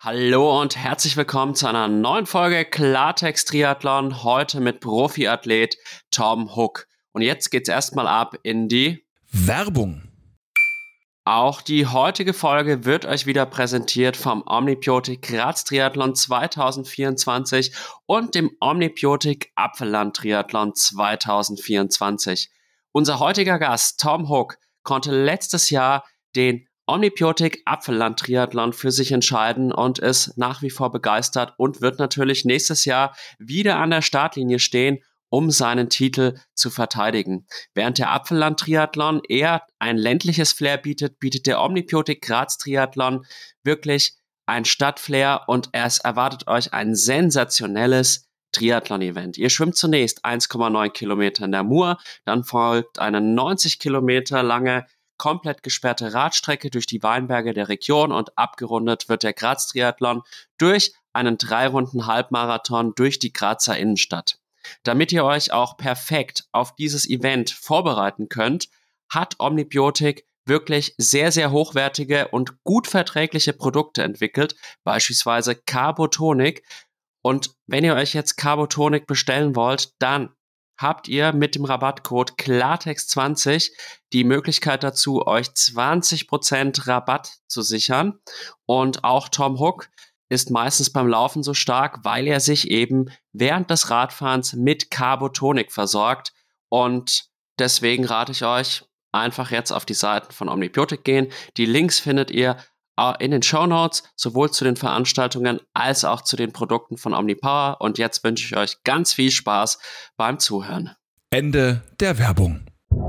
Hallo und herzlich willkommen zu einer neuen Folge Klartext Triathlon, heute mit Profiathlet Tom Hook. Und jetzt geht's erstmal ab in die Werbung. Auch die heutige Folge wird euch wieder präsentiert vom Omnibiotik Graz Triathlon 2024 und dem Omnibiotik Apfelland Triathlon 2024. Unser heutiger Gast, Tom Hook, konnte letztes Jahr den Omnibiotik Apfelland Triathlon für sich entscheiden und ist nach wie vor begeistert und wird natürlich nächstes Jahr wieder an der Startlinie stehen, um seinen Titel zu verteidigen. Während der Apfelland Triathlon eher ein ländliches Flair bietet, bietet der Omnibiotik Graz Triathlon wirklich ein Stadtflair und es erwartet euch ein sensationelles Triathlon-Event. Ihr schwimmt zunächst 1,9 Kilometer in der Mur, dann folgt eine 90 Kilometer lange komplett gesperrte Radstrecke durch die Weinberge der Region und abgerundet wird der Graz Triathlon durch einen 3-Runden-Halbmarathon durch die Grazer Innenstadt. Damit ihr euch auch perfekt auf dieses Event vorbereiten könnt, hat Omnibiotik wirklich sehr, sehr hochwertige und gut verträgliche Produkte entwickelt, beispielsweise Carbotonic. Und wenn ihr euch jetzt Carbotonic bestellen wollt, dann habt ihr mit dem Rabattcode Klartext20 die Möglichkeit dazu, euch 20% Rabatt zu sichern. Und auch Tom Hook ist meistens beim Laufen so stark, weil er sich eben während des Radfahrens mit Carbotonic versorgt. Und deswegen rate ich euch, einfach jetzt auf die Seiten von Omnibiotik gehen. Die Links findet ihr in den Shownotes, sowohl zu den Veranstaltungen als auch zu den Produkten von Omnipower. Und jetzt wünsche ich euch ganz viel Spaß beim Zuhören. Ende der Werbung.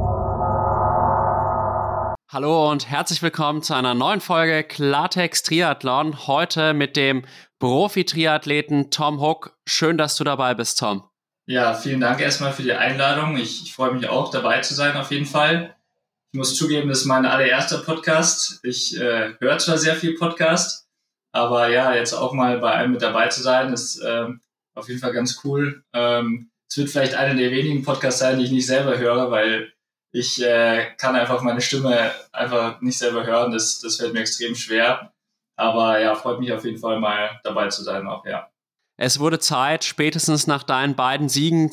Hallo und herzlich willkommen zu einer neuen Folge Klartext Triathlon. Heute mit dem Profi-Triathleten Tom Hook. Schön, dass du dabei bist, Tom. Ja, vielen Dank erstmal für die Einladung. Ich freue mich auch, dabei zu sein auf jeden Fall. Ich muss zugeben, das ist mein allererster Podcast. Ich höre zwar sehr viel Podcast, aber ja, jetzt auch mal bei einem mit dabei zu sein, ist auf jeden Fall ganz cool. Es wird vielleicht einer der wenigen Podcasts sein, die ich nicht selber höre, weil ich kann einfach meine Stimme einfach nicht selber hören. Das fällt mir extrem schwer. Aber ja, freut mich auf jeden Fall mal dabei zu sein auch, ja. Es wurde Zeit, spätestens nach deinen beiden Siegen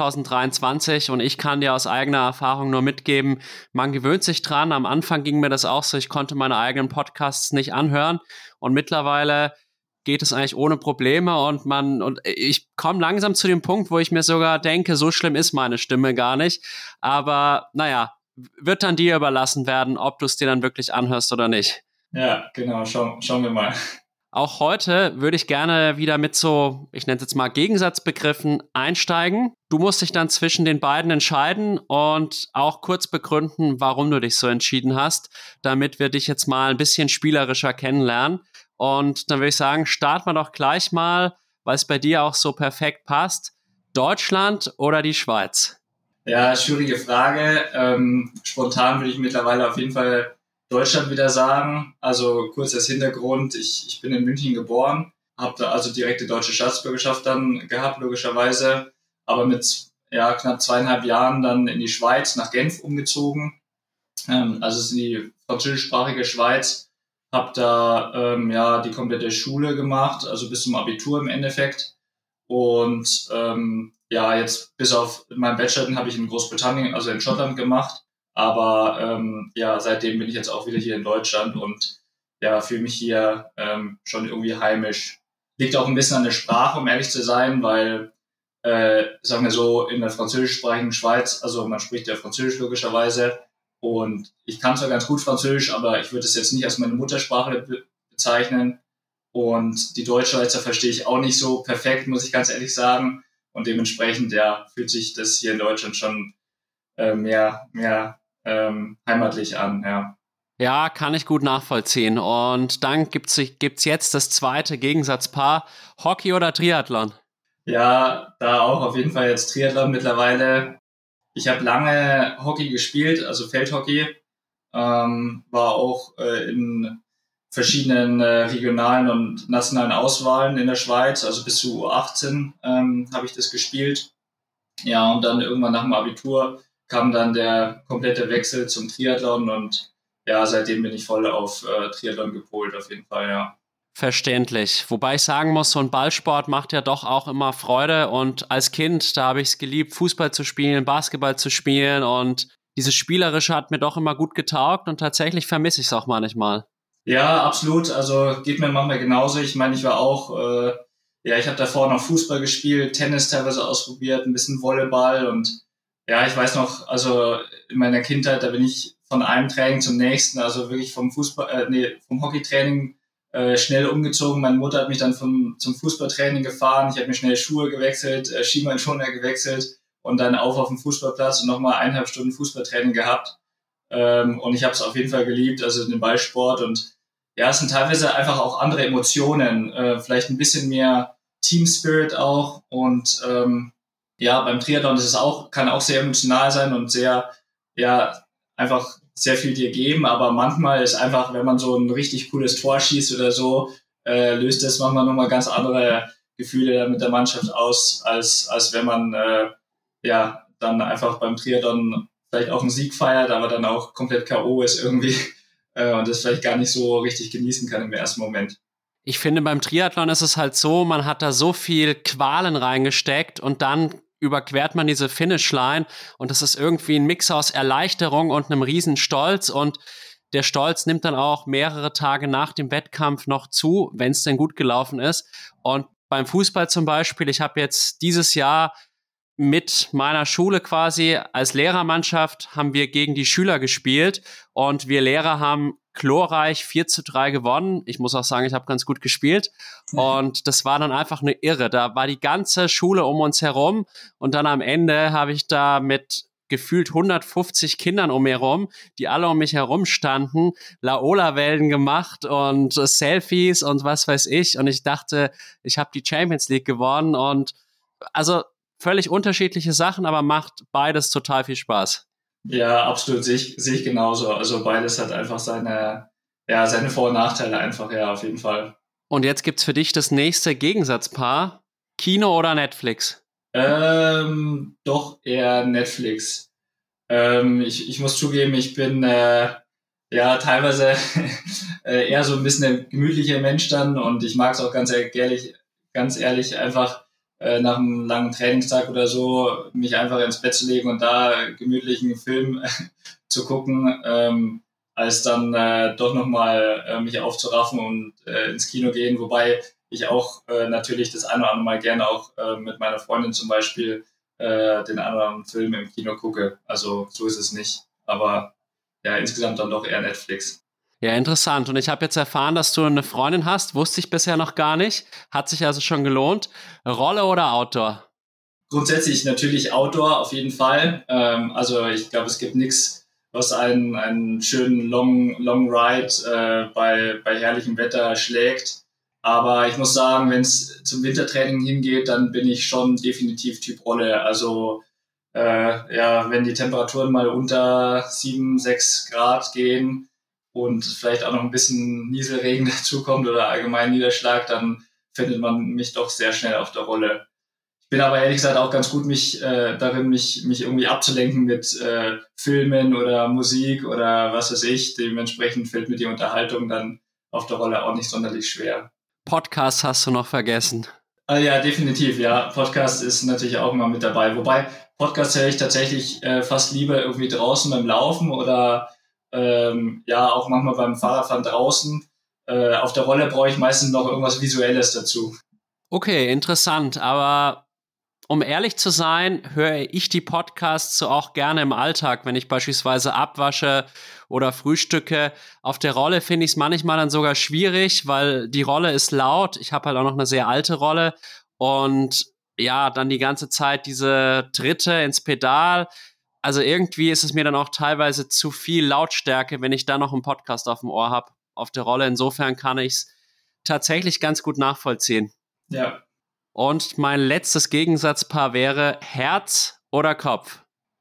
2023, und ich kann dir aus eigener Erfahrung nur mitgeben, man gewöhnt sich dran. Am Anfang ging mir das auch so, ich konnte meine eigenen Podcasts nicht anhören und mittlerweile geht es eigentlich ohne Probleme und ich komme langsam zu dem Punkt, wo ich mir sogar denke, so schlimm ist meine Stimme gar nicht. Aber naja, wird dann dir überlassen werden, ob du es dir dann wirklich anhörst oder nicht. Ja, genau, schauen wir mal. Auch heute würde ich gerne wieder mit so, ich nenne es jetzt mal Gegensatzbegriffen einsteigen. Du musst dich dann zwischen den beiden entscheiden und auch kurz begründen, warum du dich so entschieden hast, damit wir dich jetzt mal ein bisschen spielerischer kennenlernen. Und dann würde ich sagen, starten wir doch gleich mal, weil es bei dir auch so perfekt passt. Deutschland oder die Schweiz? Ja, schwierige Frage. Spontan würde ich mittlerweile auf jeden Fall Deutschland wieder sagen. Also kurz als Hintergrund, ich bin in München geboren, habe da also direkte deutsche Staatsbürgerschaft dann gehabt, logischerweise, aber mit knapp 2,5 Jahren dann in die Schweiz, nach Genf umgezogen. Also es ist in die französischsprachige Schweiz, habe da die komplette Schule gemacht, also bis zum Abitur im Endeffekt. Und jetzt bis auf meinen Bachelor, den habe ich in Großbritannien, also in Schottland gemacht. Aber seitdem bin ich jetzt auch wieder hier in Deutschland und ja, fühle mich hier schon irgendwie heimisch. Liegt auch ein bisschen an der Sprache, um ehrlich zu sein, weil, sagen wir so, in der französischsprachigen Schweiz, also man spricht ja Französisch logischerweise und ich kann zwar ganz gut Französisch, aber ich würde es jetzt nicht als meine Muttersprache bezeichnen. Und die Deutschschweizer verstehe ich auch nicht so perfekt, muss ich ganz ehrlich sagen. Und dementsprechend, fühlt sich das hier in Deutschland schon mehr heimatlich an, ja. Ja, kann ich gut nachvollziehen. Und dann gibt's jetzt das zweite Gegensatzpaar, Hockey oder Triathlon? Ja, da auch auf jeden Fall jetzt Triathlon mittlerweile. Ich habe lange Hockey gespielt, also Feldhockey, war auch in verschiedenen regionalen und nationalen Auswahlen in der Schweiz, also bis zu U18 habe ich das gespielt. Ja, und dann irgendwann nach dem Abitur kam dann der komplette Wechsel zum Triathlon und ja, seitdem bin ich voll auf Triathlon gepolt, auf jeden Fall, ja. Verständlich. Wobei ich sagen muss, so ein Ballsport macht ja doch auch immer Freude und als Kind, da habe ich es geliebt, Fußball zu spielen, Basketball zu spielen und dieses Spielerische hat mir doch immer gut getaugt und tatsächlich vermisse ich es auch manchmal. Ja, absolut. Also geht mir manchmal genauso. Ich meine, ich war auch, ich habe davor noch Fußball gespielt, Tennis teilweise ausprobiert, ein bisschen Volleyball und ja, ich weiß noch, also in meiner Kindheit, da bin ich von einem Training zum nächsten, also wirklich vom Hockeytraining schnell umgezogen. Meine Mutter hat mich dann zum Fußballtraining gefahren. Ich habe mir schnell Schuhe gewechselt, Schienbeinschoner gewechselt und dann auf den Fußballplatz und nochmal 1,5 Stunden Fußballtraining gehabt. Und ich habe es auf jeden Fall geliebt, also den Ballsport. Und ja, es sind teilweise einfach auch andere Emotionen, vielleicht ein bisschen mehr Team Spirit auch. Und beim Triathlon ist kann auch sehr emotional sein und sehr, ja, einfach sehr viel dir geben. Aber manchmal ist einfach, wenn man so ein richtig cooles Tor schießt oder so, löst das manchmal nochmal ganz andere Gefühle mit der Mannschaft aus, als wenn man dann einfach beim Triathlon vielleicht auch einen Sieg feiert, aber dann auch komplett K.O. ist irgendwie und das vielleicht gar nicht so richtig genießen kann im ersten Moment. Ich finde, beim Triathlon ist es halt so, man hat da so viel Qualen reingesteckt und dann überquert man diese Finishline und das ist irgendwie ein Mix aus Erleichterung und einem riesen Stolz und der Stolz nimmt dann auch mehrere Tage nach dem Wettkampf noch zu, wenn es denn gut gelaufen ist. Und beim Fußball zum Beispiel, ich habe jetzt dieses Jahr mit meiner Schule quasi als Lehrermannschaft haben wir gegen die Schüler gespielt und wir Lehrer haben glorreich 4:3 gewonnen. Ich muss auch sagen, ich habe ganz gut gespielt und das war dann einfach eine Irre. Da war die ganze Schule um uns herum und dann am Ende habe ich da mit gefühlt 150 Kindern um mich herum, die alle um mich herum standen, Laola-Wellen gemacht und Selfies und was weiß ich und ich dachte, ich habe die Champions League gewonnen und also völlig unterschiedliche Sachen, aber macht beides total viel Spaß. Ja, absolut, sehe ich genauso. Also beides hat einfach seine Vor- und Nachteile einfach, ja, auf jeden Fall. Und jetzt gibt's für dich das nächste Gegensatzpaar. Kino oder Netflix? Doch eher Netflix. Ich muss zugeben, ich bin teilweise eher so ein bisschen ein gemütlicher Mensch dann und ich mag es auch ganz ehrlich einfach nach einem langen Trainingstag oder so, mich einfach ins Bett zu legen und da gemütlich einen Film zu gucken, als dann doch nochmal mich aufzuraffen und ins Kino gehen. Wobei ich auch natürlich das eine oder andere Mal gerne auch mit meiner Freundin zum Beispiel den anderen Film im Kino gucke. Also so ist es nicht. Aber ja, insgesamt dann doch eher Netflix. Ja, interessant. Und ich habe jetzt erfahren, dass du eine Freundin hast. Wusste ich bisher noch gar nicht. Hat sich also schon gelohnt. Rolle oder Outdoor? Grundsätzlich natürlich Outdoor auf jeden Fall. Also ich glaube, es gibt nichts, was einen schönen Long Ride bei herrlichem Wetter schlägt. Aber ich muss sagen, wenn es zum Wintertraining hingeht, dann bin ich schon definitiv Typ Rolle. Also wenn die Temperaturen mal unter 7, 6 Grad gehen und vielleicht auch noch ein bisschen Nieselregen dazukommt oder allgemein Niederschlag, dann findet man mich doch sehr schnell auf der Rolle. Ich bin aber ehrlich gesagt auch ganz gut mich irgendwie abzulenken mit Filmen oder Musik oder was weiß ich. Dementsprechend fällt mir die Unterhaltung dann auf der Rolle auch nicht sonderlich schwer. Podcast hast du noch vergessen. Ja, definitiv, ja. Podcast ist natürlich auch immer mit dabei. Wobei, Podcast höre ich tatsächlich fast lieber irgendwie draußen beim Laufen oder auch manchmal beim Fahrradfahren draußen. Auf der Rolle brauche ich meistens noch irgendwas Visuelles dazu. Okay, interessant. Aber um ehrlich zu sein, höre ich die Podcasts so auch gerne im Alltag, wenn ich beispielsweise abwasche oder frühstücke. Auf der Rolle finde ich es manchmal dann sogar schwierig, weil die Rolle ist laut. Ich habe halt auch noch eine sehr alte Rolle und ja, dann die ganze Zeit diese Tritte ins Pedal. Also irgendwie ist es mir dann auch teilweise zu viel Lautstärke, wenn ich dann noch einen Podcast auf dem Ohr habe, auf der Rolle. Insofern kann ich es tatsächlich ganz gut nachvollziehen. Ja. Und mein letztes Gegensatzpaar wäre Herz oder Kopf?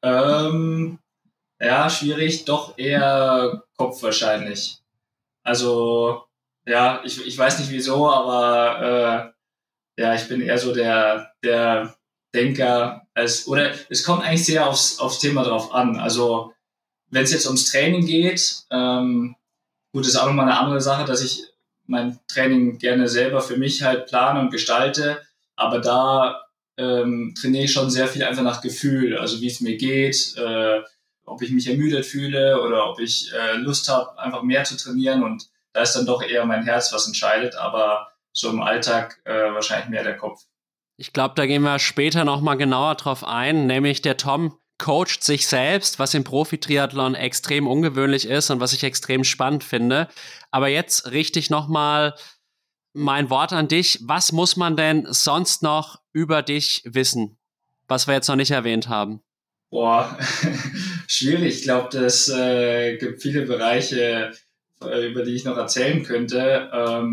Schwierig, doch eher Kopf wahrscheinlich. Also, ja, ich weiß nicht wieso, aber ich bin eher so der Denker oder es kommt eigentlich sehr aufs Thema drauf an. Also, wenn es jetzt ums Training geht, gut, ist auch nochmal eine andere Sache, dass ich mein Training gerne selber für mich halt plane und gestalte, aber da trainiere ich schon sehr viel einfach nach Gefühl, also wie es mir geht, ob ich mich ermüdet fühle oder ob ich Lust habe, einfach mehr zu trainieren, und da ist dann doch eher mein Herz, was entscheidet, aber so im Alltag wahrscheinlich mehr der Kopf. Ich glaube, da gehen wir später nochmal genauer drauf ein, nämlich der Tom coacht sich selbst, was im Profi-Triathlon extrem ungewöhnlich ist und was ich extrem spannend finde. Aber jetzt richte ich nochmal mein Wort an dich. Was muss man denn sonst noch über dich wissen, was wir jetzt noch nicht erwähnt haben? Boah, schwierig. Ich glaube, das gibt viele Bereiche, über die ich noch erzählen könnte.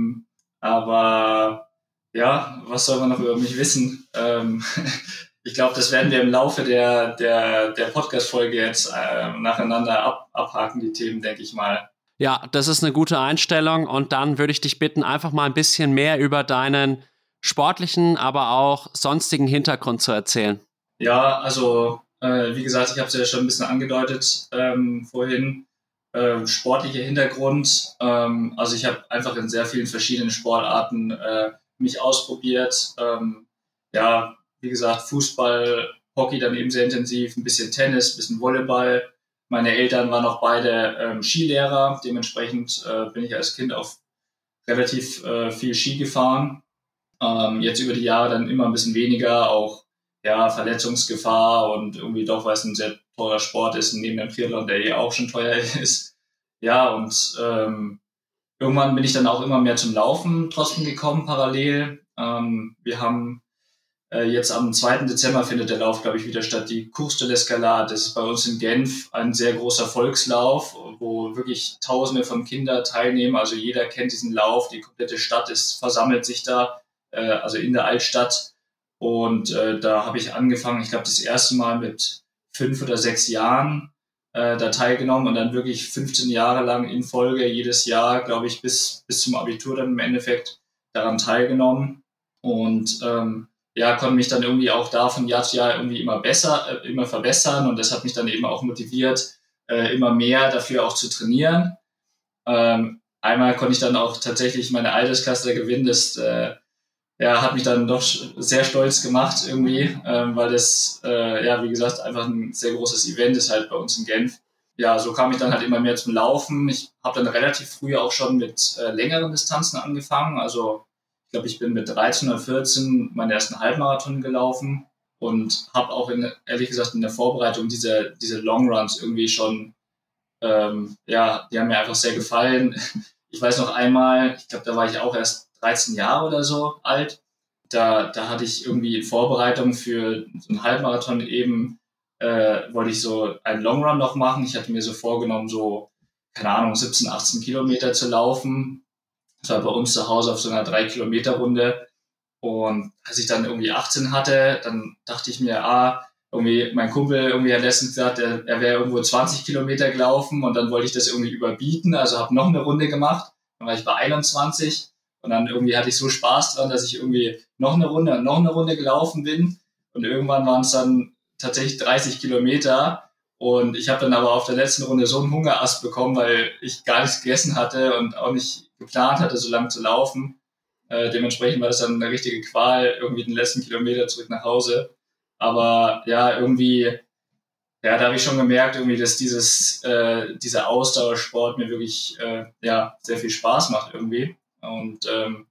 Aber ja, was soll man noch über mich wissen? Ich glaube, das werden wir im Laufe der Podcast-Folge jetzt nacheinander abhaken, die Themen, denke ich mal. Ja, das ist eine gute Einstellung, und dann würde ich dich bitten, einfach mal ein bisschen mehr über deinen sportlichen, aber auch sonstigen Hintergrund zu erzählen. Ja, also wie gesagt, ich habe es ja schon ein bisschen angedeutet vorhin. Sportlicher Hintergrund. Also ich habe einfach in sehr vielen verschiedenen Sportarten mich ausprobiert. Ja, wie gesagt, Fußball, Hockey dann eben sehr intensiv, ein bisschen Tennis, ein bisschen Volleyball. Meine Eltern waren auch beide Skilehrer. Dementsprechend bin ich als Kind auch relativ viel Ski gefahren. Jetzt über die Jahre dann immer ein bisschen weniger, auch ja, Verletzungsgefahr und irgendwie doch, weil es ein sehr teurer Sport ist, neben dem Triathlon, der auch schon teuer ist. Ja, und irgendwann bin ich dann auch immer mehr zum Laufen trotzdem gekommen, parallel. Wir haben jetzt am 2. Dezember findet der Lauf, glaube ich, wieder statt, die Course de l'Escalade. Das ist bei uns in Genf ein sehr großer Volkslauf, wo wirklich Tausende von Kindern teilnehmen. Also jeder kennt diesen Lauf, die komplette Stadt versammelt sich da, also in der Altstadt. Und da habe ich angefangen, ich glaube, das erste Mal mit 5 oder 6 Jahren da teilgenommen und dann wirklich 15 Jahre lang in Folge, jedes Jahr, glaube ich, bis zum Abitur dann im Endeffekt daran teilgenommen. Und ja, konnte mich dann irgendwie auch da von Jahr zu Jahr irgendwie immer verbessern, und das hat mich dann eben auch motiviert, immer mehr dafür auch zu trainieren. Einmal konnte ich dann auch tatsächlich meine Altersklasse gewinnen, das ja, hat mich dann doch sehr stolz gemacht irgendwie, weil das, ja, wie gesagt, einfach ein sehr großes Event ist halt bei uns in Genf. Ja, so kam ich dann halt immer mehr zum Laufen. Ich habe dann relativ früh auch schon mit längeren Distanzen angefangen, also ich glaube, ich bin mit 13 oder 14 meinen ersten Halbmarathon gelaufen und habe auch ehrlich gesagt in der Vorbereitung diese Longruns irgendwie schon, ja, die haben mir einfach sehr gefallen. Ich weiß noch einmal, ich glaube, da war ich auch erst 13 Jahre oder so alt. Da hatte ich irgendwie in Vorbereitung für so einen Halbmarathon eben, wollte ich so einen Longrun noch machen. Ich hatte mir so vorgenommen, so, keine Ahnung, 17, 18 Kilometer zu laufen. Das war bei uns zu Hause auf so einer 3-Kilometer-Runde. Und als ich dann irgendwie 18 hatte, dann dachte ich mir, irgendwie mein Kumpel irgendwie hat letztens gesagt, er wäre irgendwo 20 Kilometer gelaufen, und dann wollte ich das irgendwie überbieten, also habe noch eine Runde gemacht. Dann war ich bei 21 und dann irgendwie hatte ich so Spaß dran, dass ich irgendwie noch eine Runde und noch eine Runde gelaufen bin, und irgendwann waren es dann tatsächlich 30 Kilometer. Und ich habe dann aber auf der letzten Runde so einen Hungerast bekommen, weil ich gar nichts gegessen hatte und auch nicht geplant hatte, so lange zu laufen. Dementsprechend war das dann eine richtige Qual, irgendwie den letzten Kilometer zurück nach Hause. Aber ja, irgendwie, ja, da habe ich schon gemerkt, irgendwie, dass dieser Ausdauersport mir wirklich ja, sehr viel Spaß macht irgendwie. Und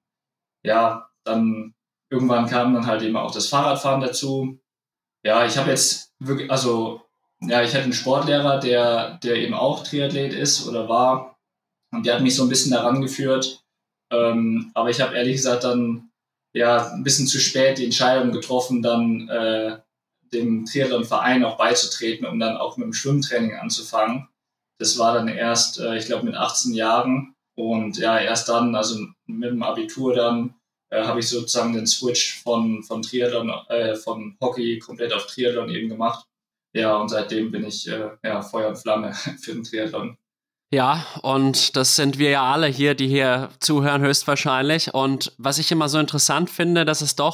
ja, dann irgendwann kam dann halt eben auch das Fahrradfahren dazu. Ja, ich habe jetzt wirklich, also ja, ich hatte einen Sportlehrer, der eben auch Triathlet ist oder war, und der hat mich so ein bisschen daran geführt. Aber ich habe ehrlich gesagt dann ja ein bisschen zu spät die Entscheidung getroffen, dann dem Triathlon-Verein auch beizutreten, um dann auch mit dem Schwimmtraining anzufangen. Das war dann erst, ich glaube, mit 18 Jahren. Und ja, erst dann, also mit dem Abitur dann, habe ich sozusagen den Switch von Triathlon, von Hockey komplett auf Triathlon eben gemacht. Ja, und seitdem bin ich ja, Feuer und Flamme für den Triathlon. Ja, und das sind wir ja alle hier, die hier zuhören, höchstwahrscheinlich. Und was ich immer so interessant finde, dass es doch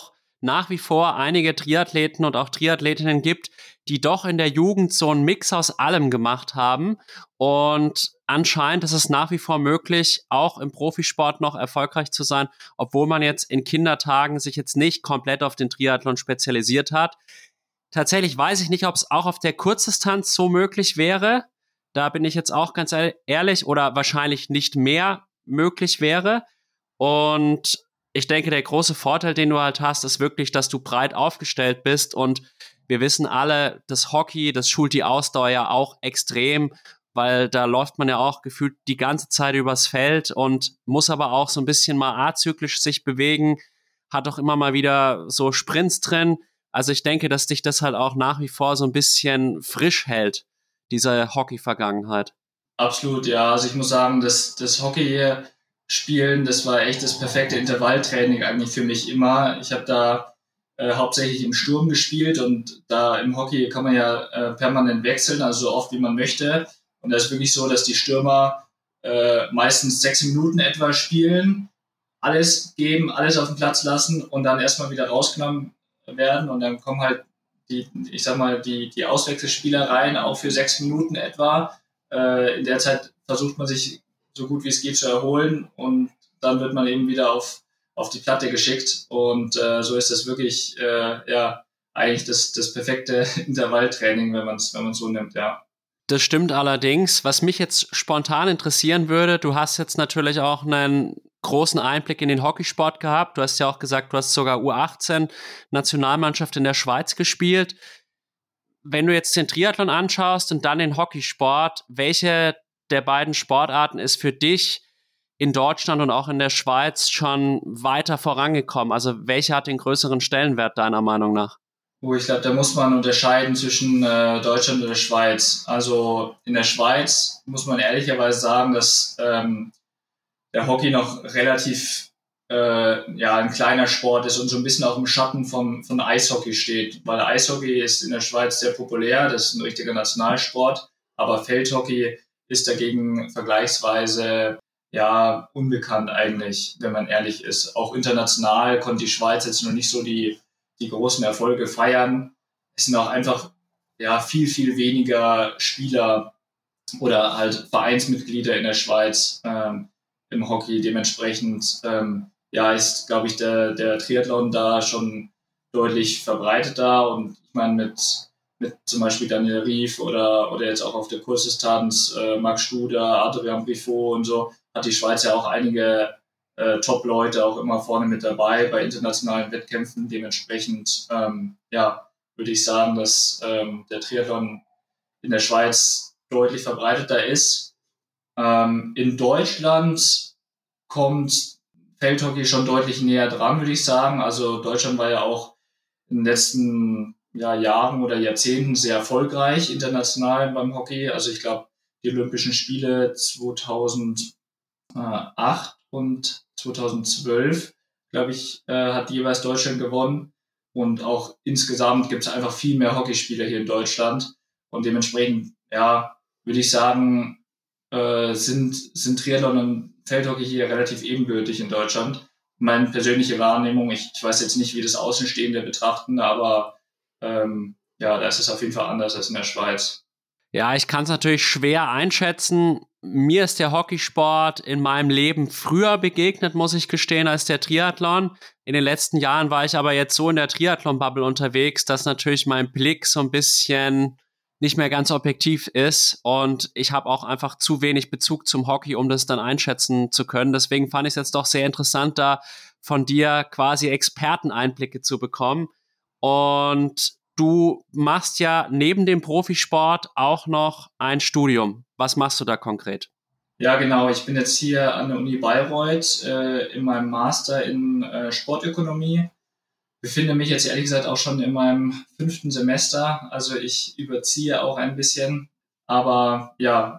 nach wie vor einige Triathleten und auch Triathletinnen gibt, die doch in der Jugend so einen Mix aus allem gemacht haben. Und anscheinend ist es nach wie vor möglich, auch im Profisport noch erfolgreich zu sein, obwohl man jetzt in Kindertagen sich jetzt nicht komplett auf den Triathlon spezialisiert hat. Tatsächlich weiß ich nicht, ob es auch auf der Kurzdistanz so möglich wäre. Da bin ich jetzt auch ganz ehrlich, oder wahrscheinlich nicht mehr möglich wäre. Und ich denke, der große Vorteil, den du halt hast, ist wirklich, dass du breit aufgestellt bist. Und wir wissen alle, das Hockey, das schult die Ausdauer ja auch extrem, weil da läuft man ja auch gefühlt die ganze Zeit übers Feld und muss aber auch so ein bisschen mal azyklisch sich bewegen, hat auch immer mal wieder so Sprints drin. Also ich denke, dass dich das halt auch nach wie vor so ein bisschen frisch hält, diese Hockey-Vergangenheit. Absolut, ja. Also ich muss sagen, das Hockey-Spielen, das war echt das perfekte Intervalltraining eigentlich für mich immer. Ich habe da hauptsächlich im Sturm gespielt und da im Hockey kann man ja permanent wechseln, also so oft wie man möchte. Und da ist wirklich so, dass die Stürmer meistens 6 Minuten etwa spielen, alles geben, alles auf den Platz lassen und dann erstmal wieder rausgenommen werden. Und dann kommen halt die Auswechselspieler rein, auch für 6 Minuten etwa. In der Zeit versucht man sich so gut wie es geht zu erholen und dann wird man eben wieder auf die Platte geschickt. Und so ist das wirklich eigentlich das perfekte Intervalltraining, wenn man es so nimmt, ja. Das stimmt allerdings. Was mich jetzt spontan interessieren würde, du hast jetzt natürlich auch einen großen Einblick in den Hockeysport gehabt. Du hast ja auch gesagt, du hast sogar U18-Nationalmannschaft in der Schweiz gespielt. Wenn du jetzt den Triathlon anschaust und dann den Hockeysport, welche der beiden Sportarten ist für dich in Deutschland und auch in der Schweiz schon weiter vorangekommen? Also welche hat den größeren Stellenwert deiner Meinung nach? Ich glaube, da muss man unterscheiden zwischen Deutschland und der Schweiz. Also in der Schweiz muss man ehrlicherweise sagen, dass der Hockey noch relativ ein kleiner Sport ist und so ein bisschen auch im Schatten von Eishockey steht. Weil Eishockey ist in der Schweiz sehr populär, das ist ein richtiger Nationalsport, aber Feldhockey ist dagegen vergleichsweise unbekannt eigentlich, wenn man ehrlich ist. Auch international konnte die Schweiz jetzt noch nicht so die großen Erfolge feiern. Es sind auch einfach viel, viel weniger Spieler oder halt Vereinsmitglieder in der Schweiz im Hockey. Dementsprechend ist, glaube ich, der Triathlon da schon deutlich verbreiteter. Und ich meine, mit zum Beispiel Daniel Rief oder jetzt auch auf der Kurzdistanz Max Studer, Adrian Briffaut und so, hat die Schweiz ja auch einige Top-Leute auch immer vorne mit dabei bei internationalen Wettkämpfen. Dementsprechend würde ich sagen, dass der Triathlon in der Schweiz deutlich verbreiteter ist. In Deutschland kommt Feldhockey schon deutlich näher dran, würde ich sagen. Also Deutschland war ja auch in den letzten Jahren oder Jahrzehnten sehr erfolgreich international beim Hockey. Also ich glaube, die Olympischen Spiele 2008 und 2012, glaube ich, hat jeweils Deutschland gewonnen. Und auch insgesamt gibt es einfach viel mehr Hockeyspieler hier in Deutschland. Und dementsprechend, würde ich sagen, sind Triathlon und Feldhockey hier relativ ebenbürtig in Deutschland. Meine persönliche Wahrnehmung, ich weiß jetzt nicht, wie das Außenstehende betrachten, aber da ist es auf jeden Fall anders als in der Schweiz. Ja, ich kann es natürlich schwer einschätzen. Mir ist der Hockeysport in meinem Leben früher begegnet, muss ich gestehen, als der Triathlon. In den letzten Jahren war ich aber jetzt so in der Triathlon-Bubble unterwegs, dass natürlich mein Blick so ein bisschen nicht mehr ganz objektiv ist und ich habe auch einfach zu wenig Bezug zum Hockey, um das dann einschätzen zu können. Deswegen fand ich es jetzt doch sehr interessant, da von dir quasi Experteneinblicke zu bekommen. Und du machst ja neben dem Profisport auch noch ein Studium. Was machst du da konkret? Ja, genau. Ich bin jetzt hier an der Uni Bayreuth in meinem Master in Sportökonomie. Befinde mich jetzt ehrlich gesagt auch schon in meinem 5. Semester. Also ich überziehe auch ein bisschen. Aber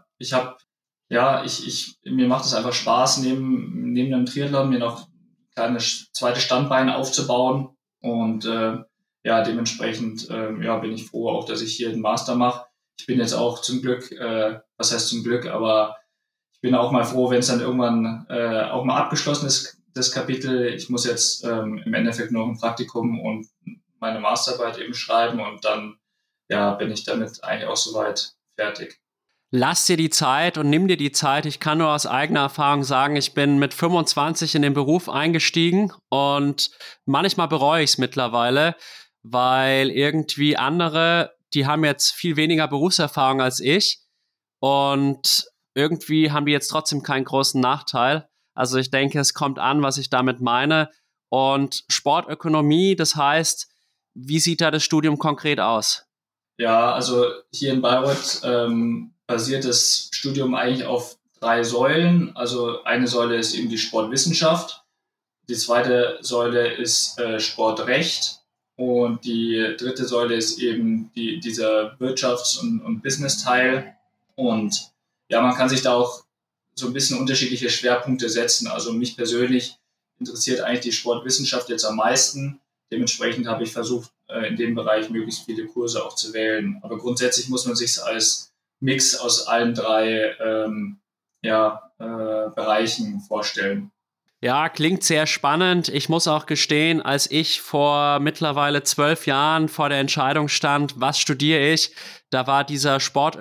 mir macht es einfach Spaß, neben dem Triathlon mir noch ein kleines zweites Standbein aufzubauen. Und dementsprechend bin ich froh auch, dass ich hier den Master mache. Ich bin jetzt auch zum Glück, was heißt zum Glück, aber ich bin auch mal froh, wenn es dann irgendwann auch mal abgeschlossen ist, das Kapitel. Ich muss jetzt im Endeffekt noch ein Praktikum und meine Masterarbeit eben schreiben und dann bin ich damit eigentlich auch soweit fertig. Lass dir die Zeit und nimm dir die Zeit. Ich kann nur aus eigener Erfahrung sagen, ich bin mit 25 in den Beruf eingestiegen und manchmal bereue ich es mittlerweile, weil irgendwie andere, die haben jetzt viel weniger Berufserfahrung als ich und irgendwie haben die jetzt trotzdem keinen großen Nachteil. Also ich denke, es kommt an, was ich damit meine. Und Sportökonomie, das heißt, wie sieht da das Studium konkret aus? Ja, also hier in Bayreuth basiert das Studium eigentlich auf 3 Säulen. Also eine Säule ist eben die Sportwissenschaft, die zweite Säule ist Sportrecht und die dritte Säule ist eben dieser Wirtschafts- und Business-Teil. Und ja, man kann sich da auch so ein bisschen unterschiedliche Schwerpunkte setzen. Also mich persönlich interessiert eigentlich die Sportwissenschaft jetzt am meisten. Dementsprechend habe ich versucht, in dem Bereich möglichst viele Kurse auch zu wählen. Aber grundsätzlich muss man sich als Mix aus allen 3 Bereichen vorstellen. Ja, klingt sehr spannend. Ich muss auch gestehen, als ich vor mittlerweile 12 Jahren vor der Entscheidung stand, was studiere ich, da war dieser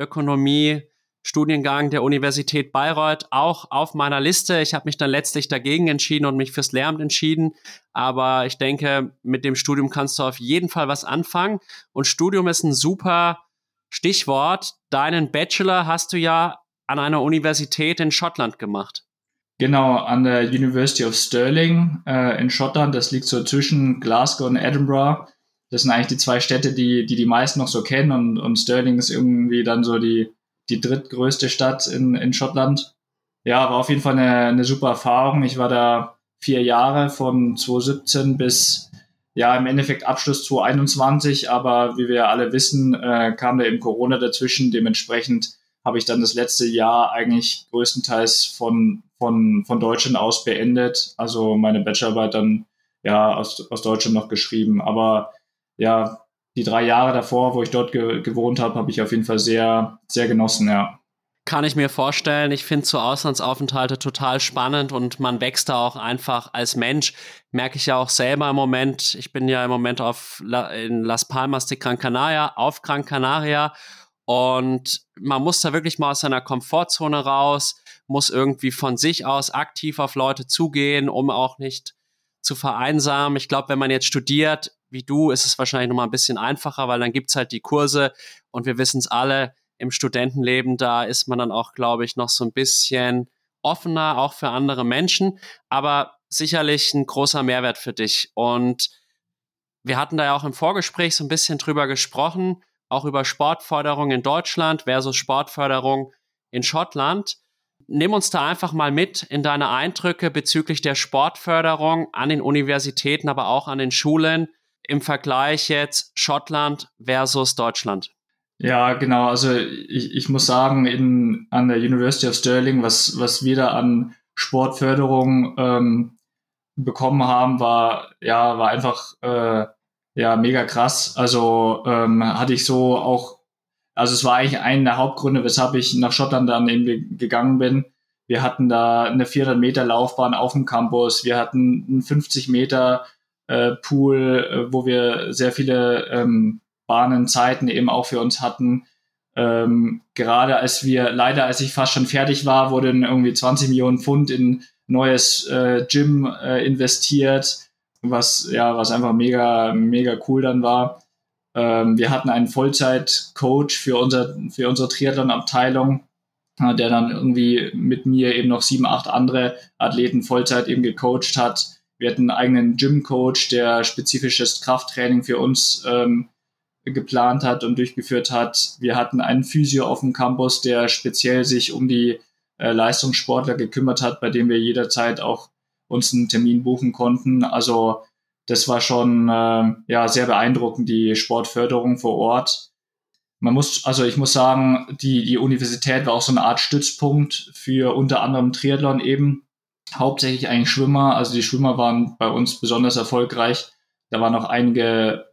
Sportökonomie-Studiengang der Universität Bayreuth auch auf meiner Liste. Ich habe mich dann letztlich dagegen entschieden und mich fürs Lehramt entschieden. Aber ich denke, mit dem Studium kannst du auf jeden Fall was anfangen. Und Studium ist ein super Stichwort. Deinen Bachelor hast du ja an einer Universität in Schottland gemacht. Genau, an der University of Stirling in Schottland. Das liegt so zwischen Glasgow und Edinburgh. Das sind eigentlich die 2 Städte, die meisten noch so kennen. Und Stirling ist irgendwie dann so die drittgrößte Stadt in Schottland. Ja, war auf jeden Fall eine super Erfahrung. Ich war da 4 Jahre von 2017 bis im Endeffekt Abschluss 2021. Aber wie wir ja alle wissen, kam da eben Corona dazwischen. Dementsprechend habe ich dann das letzte Jahr eigentlich größtenteils von Deutschland aus beendet. Also meine Bachelorarbeit dann aus Deutschland noch geschrieben. Aber ja, die 3 Jahre davor, wo ich dort gewohnt habe, habe ich auf jeden Fall sehr, sehr genossen, ja. Kann ich mir vorstellen. Ich finde so Auslandsaufenthalte total spannend und man wächst da auch einfach als Mensch. Merke ich ja auch selber im Moment. Ich bin ja im Moment in Las Palmas de Gran Canaria, auf Gran Canaria. Und man muss da wirklich mal aus seiner Komfortzone raus, muss irgendwie von sich aus aktiv auf Leute zugehen, um auch nicht zu vereinsamen. Ich glaube, wenn man jetzt studiert, wie du, ist es wahrscheinlich noch mal ein bisschen einfacher, weil dann gibt's halt die Kurse und wir wissen es alle, im Studentenleben, da ist man dann auch, glaube ich, noch so ein bisschen offener, auch für andere Menschen, aber sicherlich ein großer Mehrwert für dich. Und wir hatten da ja auch im Vorgespräch so ein bisschen drüber gesprochen, auch über Sportförderung in Deutschland versus Sportförderung in Schottland. Nimm uns da einfach mal mit in deine Eindrücke bezüglich der Sportförderung an den Universitäten, aber auch an den Schulen im Vergleich jetzt Schottland versus Deutschland. Ja, genau. Also ich muss sagen, an der University of Stirling, was wir da an Sportförderung bekommen haben, war einfach mega krass. Also hatte ich so auch, also es war eigentlich einer der Hauptgründe, weshalb ich nach Schottland dann eben gegangen bin. Wir hatten da eine 400 Meter Laufbahn auf dem Campus. Wir hatten einen 50 Meter Pool, wo wir sehr viele Bahnen, Zeiten eben auch für uns hatten. Gerade als ich fast schon fertig war, wurden irgendwie 20 Millionen Pfund in neues Gym investiert, was einfach mega, mega cool dann war. Wir hatten einen Vollzeit-Coach für unsere Triathlon-Abteilung, der dann irgendwie mit mir eben noch 7, 8 andere Athleten Vollzeit eben gecoacht hat. Wir hatten einen eigenen Gym-Coach, der spezifisches Krafttraining für uns geplant hat und durchgeführt hat. Wir hatten einen Physio auf dem Campus, der speziell sich um die Leistungssportler gekümmert hat, bei dem wir jederzeit auch uns einen Termin buchen konnten. Also das war schon sehr beeindruckend, die Sportförderung vor Ort. Ich muss sagen, die Universität war auch so eine Art Stützpunkt für unter anderem Triathlon eben. Hauptsächlich eigentlich Schwimmer. Also die Schwimmer waren bei uns besonders erfolgreich. Da waren auch einige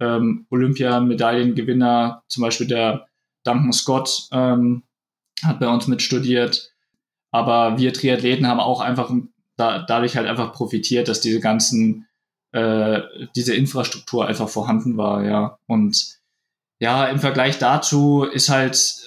Olympiamedaillengewinner, zum Beispiel der Duncan Scott hat bei uns mitstudiert. Aber wir Triathleten haben auch einfach dadurch halt einfach profitiert, dass diese Infrastruktur einfach vorhanden war, ja. Und ja, im Vergleich dazu ist halt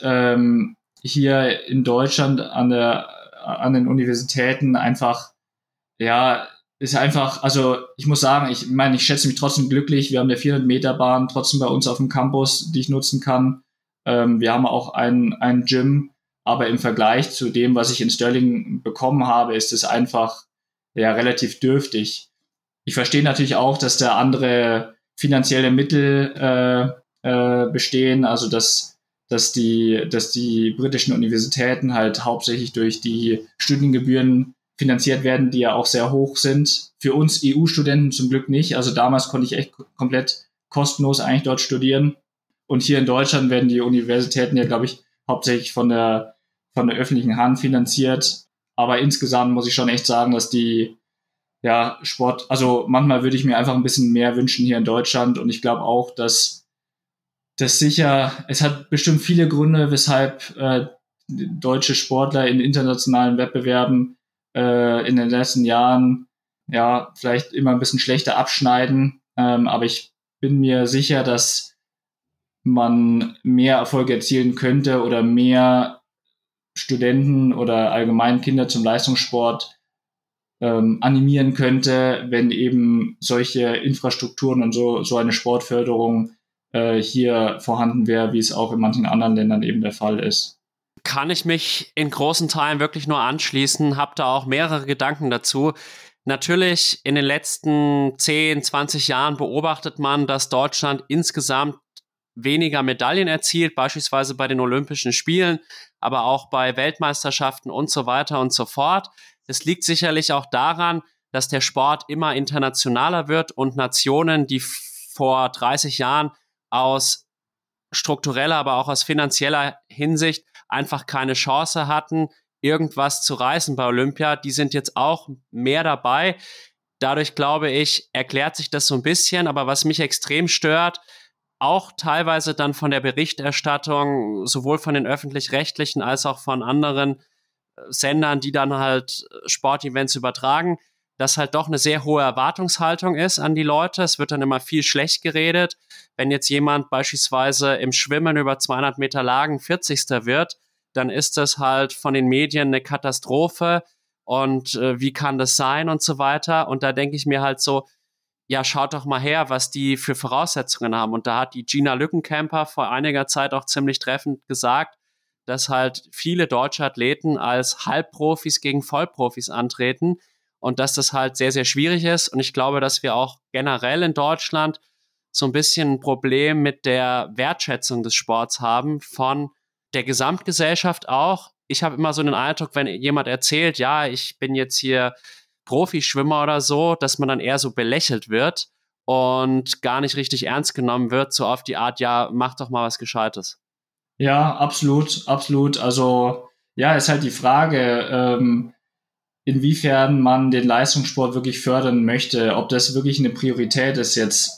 hier in Deutschland an den Universitäten einfach, ja, ist einfach, also ich muss sagen, ich meine, ich schätze mich trotzdem glücklich. Wir haben eine 400-Meter-Bahn trotzdem bei uns auf dem Campus, die ich nutzen kann. Wir haben auch ein Gym, aber im Vergleich zu dem, was ich in Sterling bekommen habe, ist es einfach ja relativ dürftig. Ich verstehe natürlich auch, dass da andere finanzielle Mittel bestehen, also dass die britischen Universitäten halt hauptsächlich durch die Studiengebühren finanziert werden, die ja auch sehr hoch sind. Für uns EU-Studenten zum Glück nicht. Also damals konnte ich echt komplett kostenlos eigentlich dort studieren. Und hier in Deutschland werden die Universitäten ja, glaube ich, hauptsächlich von der öffentlichen Hand finanziert. Aber insgesamt muss ich schon echt sagen, dass die Sport, also manchmal würde ich mir einfach ein bisschen mehr wünschen hier in Deutschland. Und ich glaube auch, dass das sicher, es hat bestimmt viele Gründe, weshalb deutsche Sportler in internationalen Wettbewerben in den letzten Jahren ja vielleicht immer ein bisschen schlechter abschneiden. Aber ich bin mir sicher, dass man mehr Erfolge erzielen könnte oder mehr Studenten oder allgemein Kinder zum Leistungssport animieren könnte, wenn eben solche Infrastrukturen und so eine Sportförderung hier vorhanden wäre, wie es auch in manchen anderen Ländern eben der Fall ist. Kann ich mich in großen Teilen wirklich nur anschließen, habe da auch mehrere Gedanken dazu. Natürlich in den letzten 10, 20 Jahren beobachtet man, dass Deutschland insgesamt weniger Medaillen erzielt, beispielsweise bei den Olympischen Spielen, aber auch bei Weltmeisterschaften und so weiter und so fort. Das liegt sicherlich auch daran, dass der Sport immer internationaler wird und Nationen, die vor 30 Jahren aus struktureller, aber auch aus finanzieller Hinsicht einfach keine Chance hatten, irgendwas zu reißen bei Olympia, die sind jetzt auch mehr dabei. Dadurch, glaube ich, erklärt sich das so ein bisschen. Aber was mich extrem stört, auch teilweise dann von der Berichterstattung, sowohl von den Öffentlich-Rechtlichen als auch von anderen Sendern, die dann halt Sportevents übertragen, dass halt doch eine sehr hohe Erwartungshaltung ist an die Leute. Es wird dann immer viel schlecht geredet. Wenn jetzt jemand beispielsweise im Schwimmen über 200 Meter Lagen 40. wird, dann ist das halt von den Medien eine Katastrophe und wie kann das sein und so weiter. Und da denke ich mir halt so, ja, schaut doch mal her, was die für Voraussetzungen haben. Und da hat die Gina Lückenkämper vor einiger Zeit auch ziemlich treffend gesagt, dass halt viele deutsche Athleten als Halbprofis gegen Vollprofis antreten und dass das halt sehr, sehr schwierig ist. Und ich glaube, dass wir auch generell in Deutschland so ein bisschen ein Problem mit der Wertschätzung des Sports haben, von der Gesamtgesellschaft auch. Ich habe immer so den Eindruck, wenn jemand erzählt, ja, ich bin jetzt hier Profischwimmer oder so, dass man dann eher so belächelt wird und gar nicht richtig ernst genommen wird, so auf die Art, ja, mach doch mal was Gescheites. Ja, absolut, absolut. Also ja, ist halt die Frage, inwiefern man den Leistungssport wirklich fördern möchte, ob das wirklich eine Priorität ist jetzt.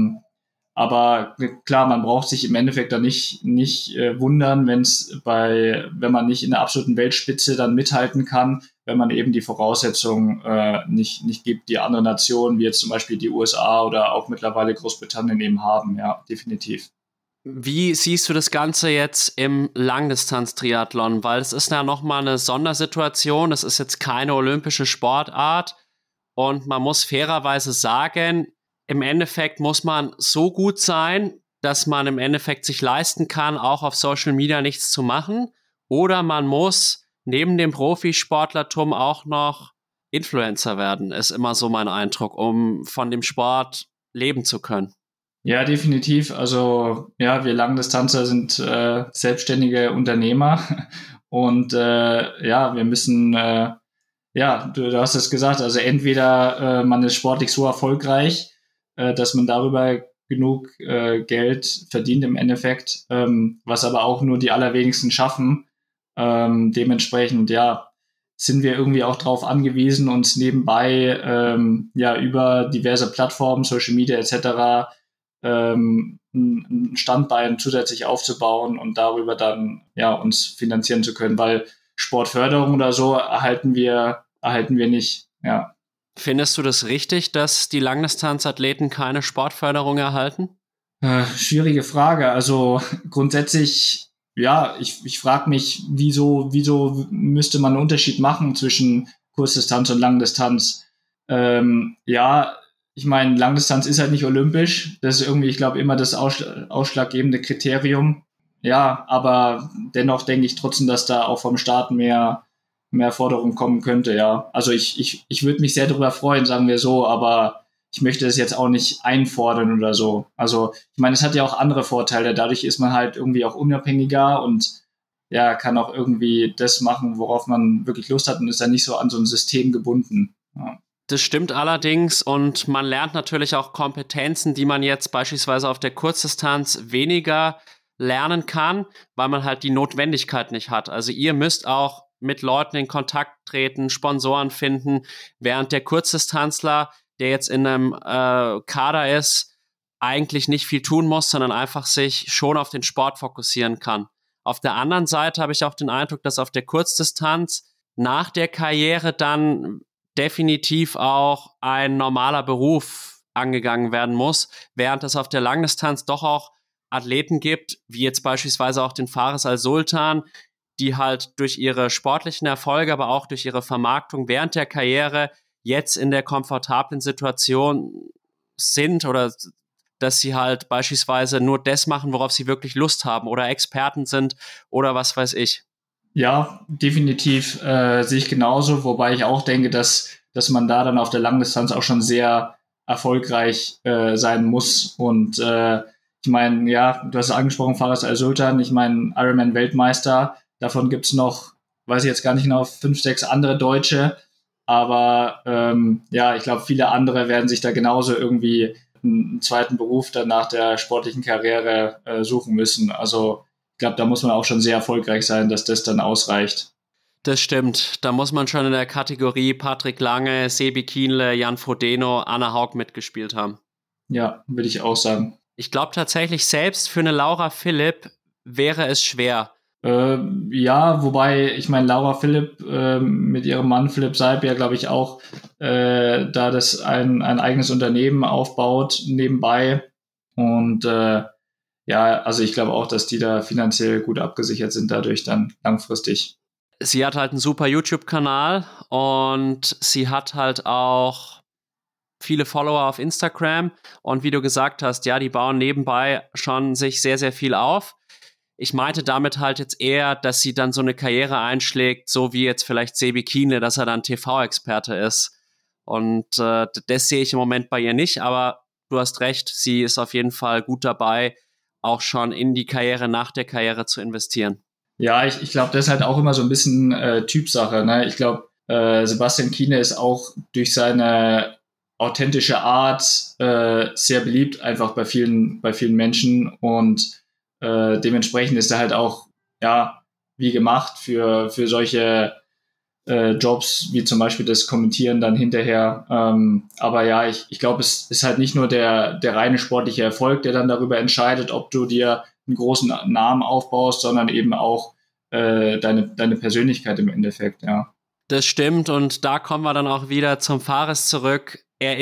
Aber klar, man braucht sich im Endeffekt da nicht wundern, wenn man nicht in der absoluten Weltspitze dann mithalten kann, wenn man eben die Voraussetzungen nicht gibt, die andere Nationen, wie jetzt zum Beispiel die USA oder auch mittlerweile Großbritannien eben haben. Ja, definitiv. Wie siehst du das Ganze jetzt im Langdistanz-Triathlon? Weil es ist ja nochmal eine Sondersituation. Es ist jetzt keine olympische Sportart. Und man muss fairerweise sagen, im Endeffekt muss man so gut sein, dass man im Endeffekt sich leisten kann, auch auf Social Media nichts zu machen. Oder man muss neben dem Profisportlertum auch noch Influencer werden, ist immer so mein Eindruck, um von dem Sport leben zu können. Ja, definitiv. Also ja, wir Langdistanzer sind selbstständige Unternehmer und wir müssen, du hast es gesagt, also entweder man ist sportlich so erfolgreich, dass man darüber genug Geld verdient im Endeffekt, was aber auch nur die allerwenigsten schaffen. Dementsprechend, ja, sind wir irgendwie auch darauf angewiesen, uns nebenbei über diverse Plattformen, Social Media etc. Ein Standbein zusätzlich aufzubauen und darüber dann uns finanzieren zu können, weil Sportförderung oder so erhalten wir nicht. Ja. Findest du das richtig, dass die Langdistanzathleten keine Sportförderung erhalten? Schwierige Frage. Also grundsätzlich, ja, ich frage mich, wieso müsste man einen Unterschied machen zwischen Kurzdistanz und Langdistanz? Ja, ich meine, Langdistanz ist halt nicht olympisch. Das ist irgendwie, ich glaube, immer das ausschlaggebende Kriterium. Ja, aber dennoch denke ich trotzdem, dass da auch vom Staat mehr Forderung kommen könnte, ja. Also ich würde mich sehr darüber freuen, sagen wir so, aber ich möchte es jetzt auch nicht einfordern oder so. Also ich meine, es hat ja auch andere Vorteile. Dadurch ist man halt irgendwie auch unabhängiger und ja, kann auch irgendwie das machen, worauf man wirklich Lust hat und ist dann nicht so an so ein System gebunden. Ja. Das stimmt allerdings und man lernt natürlich auch Kompetenzen, die man jetzt beispielsweise auf der Kurzdistanz weniger lernen kann, weil man halt die Notwendigkeit nicht hat. Also ihr müsst auch mit Leuten in Kontakt treten, Sponsoren finden, während der Kurzdistanzler, der jetzt in einem Kader ist, eigentlich nicht viel tun muss, sondern einfach sich schon auf den Sport fokussieren kann. Auf der anderen Seite habe ich auch den Eindruck, dass auf der Kurzdistanz nach der Karriere dann definitiv auch ein normaler Beruf angegangen werden muss, während es auf der Langdistanz doch auch Athleten gibt, wie jetzt beispielsweise auch den Fares Al-Sultan, die halt durch ihre sportlichen Erfolge, aber auch durch ihre Vermarktung während der Karriere jetzt in der komfortablen Situation sind oder dass sie halt beispielsweise nur das machen, worauf sie wirklich Lust haben oder Experten sind oder was weiß ich. Ja, definitiv sehe ich genauso, wobei ich auch denke, dass man da dann auf der Langdistanz auch schon sehr erfolgreich sein muss. Und ich meine, ja, du hast es angesprochen, Fares Al-Sultan, ich meine, Ironman-Weltmeister, davon gibt's noch, weiß ich jetzt gar nicht genau, 5, 6 andere Deutsche. Aber ja, ich glaube, viele andere werden sich da genauso irgendwie einen zweiten Beruf dann nach der sportlichen Karriere suchen müssen. Also ich glaube, da muss man auch schon sehr erfolgreich sein, dass das dann ausreicht. Das stimmt. Da muss man schon in der Kategorie Patrick Lange, Sebi Kienle, Jan Frodeno, Anna Haug mitgespielt haben. Ja, würde ich auch sagen. Ich glaube tatsächlich, selbst für eine Laura Philipp wäre es schwer. Ja, wobei, ich meine, Laura Philipp mit ihrem Mann Philipp Seib ja, glaube ich, auch da das ein eigenes Unternehmen aufbaut nebenbei. Und ja, also ich glaube auch, dass die da finanziell gut abgesichert sind dadurch dann langfristig. Sie hat halt einen super YouTube-Kanal und sie hat halt auch viele Follower auf Instagram und wie du gesagt hast, ja, die bauen nebenbei schon sich sehr, sehr viel auf. Ich meinte damit halt jetzt eher, dass sie dann so eine Karriere einschlägt, so wie jetzt vielleicht Sebi Kienle, dass er dann TV-Experte ist. Und das sehe ich im Moment bei ihr nicht, aber du hast recht, sie ist auf jeden Fall gut dabei, auch schon in die Karriere nach der Karriere zu investieren. Ja, ich glaube, das ist halt auch immer so ein bisschen Typsache. Ne? Ich glaube, Sebastian Kienle ist auch durch seine authentische Art sehr beliebt, einfach bei vielen Menschen. Und dementsprechend ist er halt auch, ja, wie gemacht für solche Jobs, wie zum Beispiel das Kommentieren dann hinterher. Aber ja, ich glaube, es ist halt nicht nur der reine sportliche Erfolg, der dann darüber entscheidet, ob du dir einen großen Namen aufbaust, sondern eben auch deine Persönlichkeit im Endeffekt, ja. Das stimmt und da kommen wir dann auch wieder zum Fares zurück.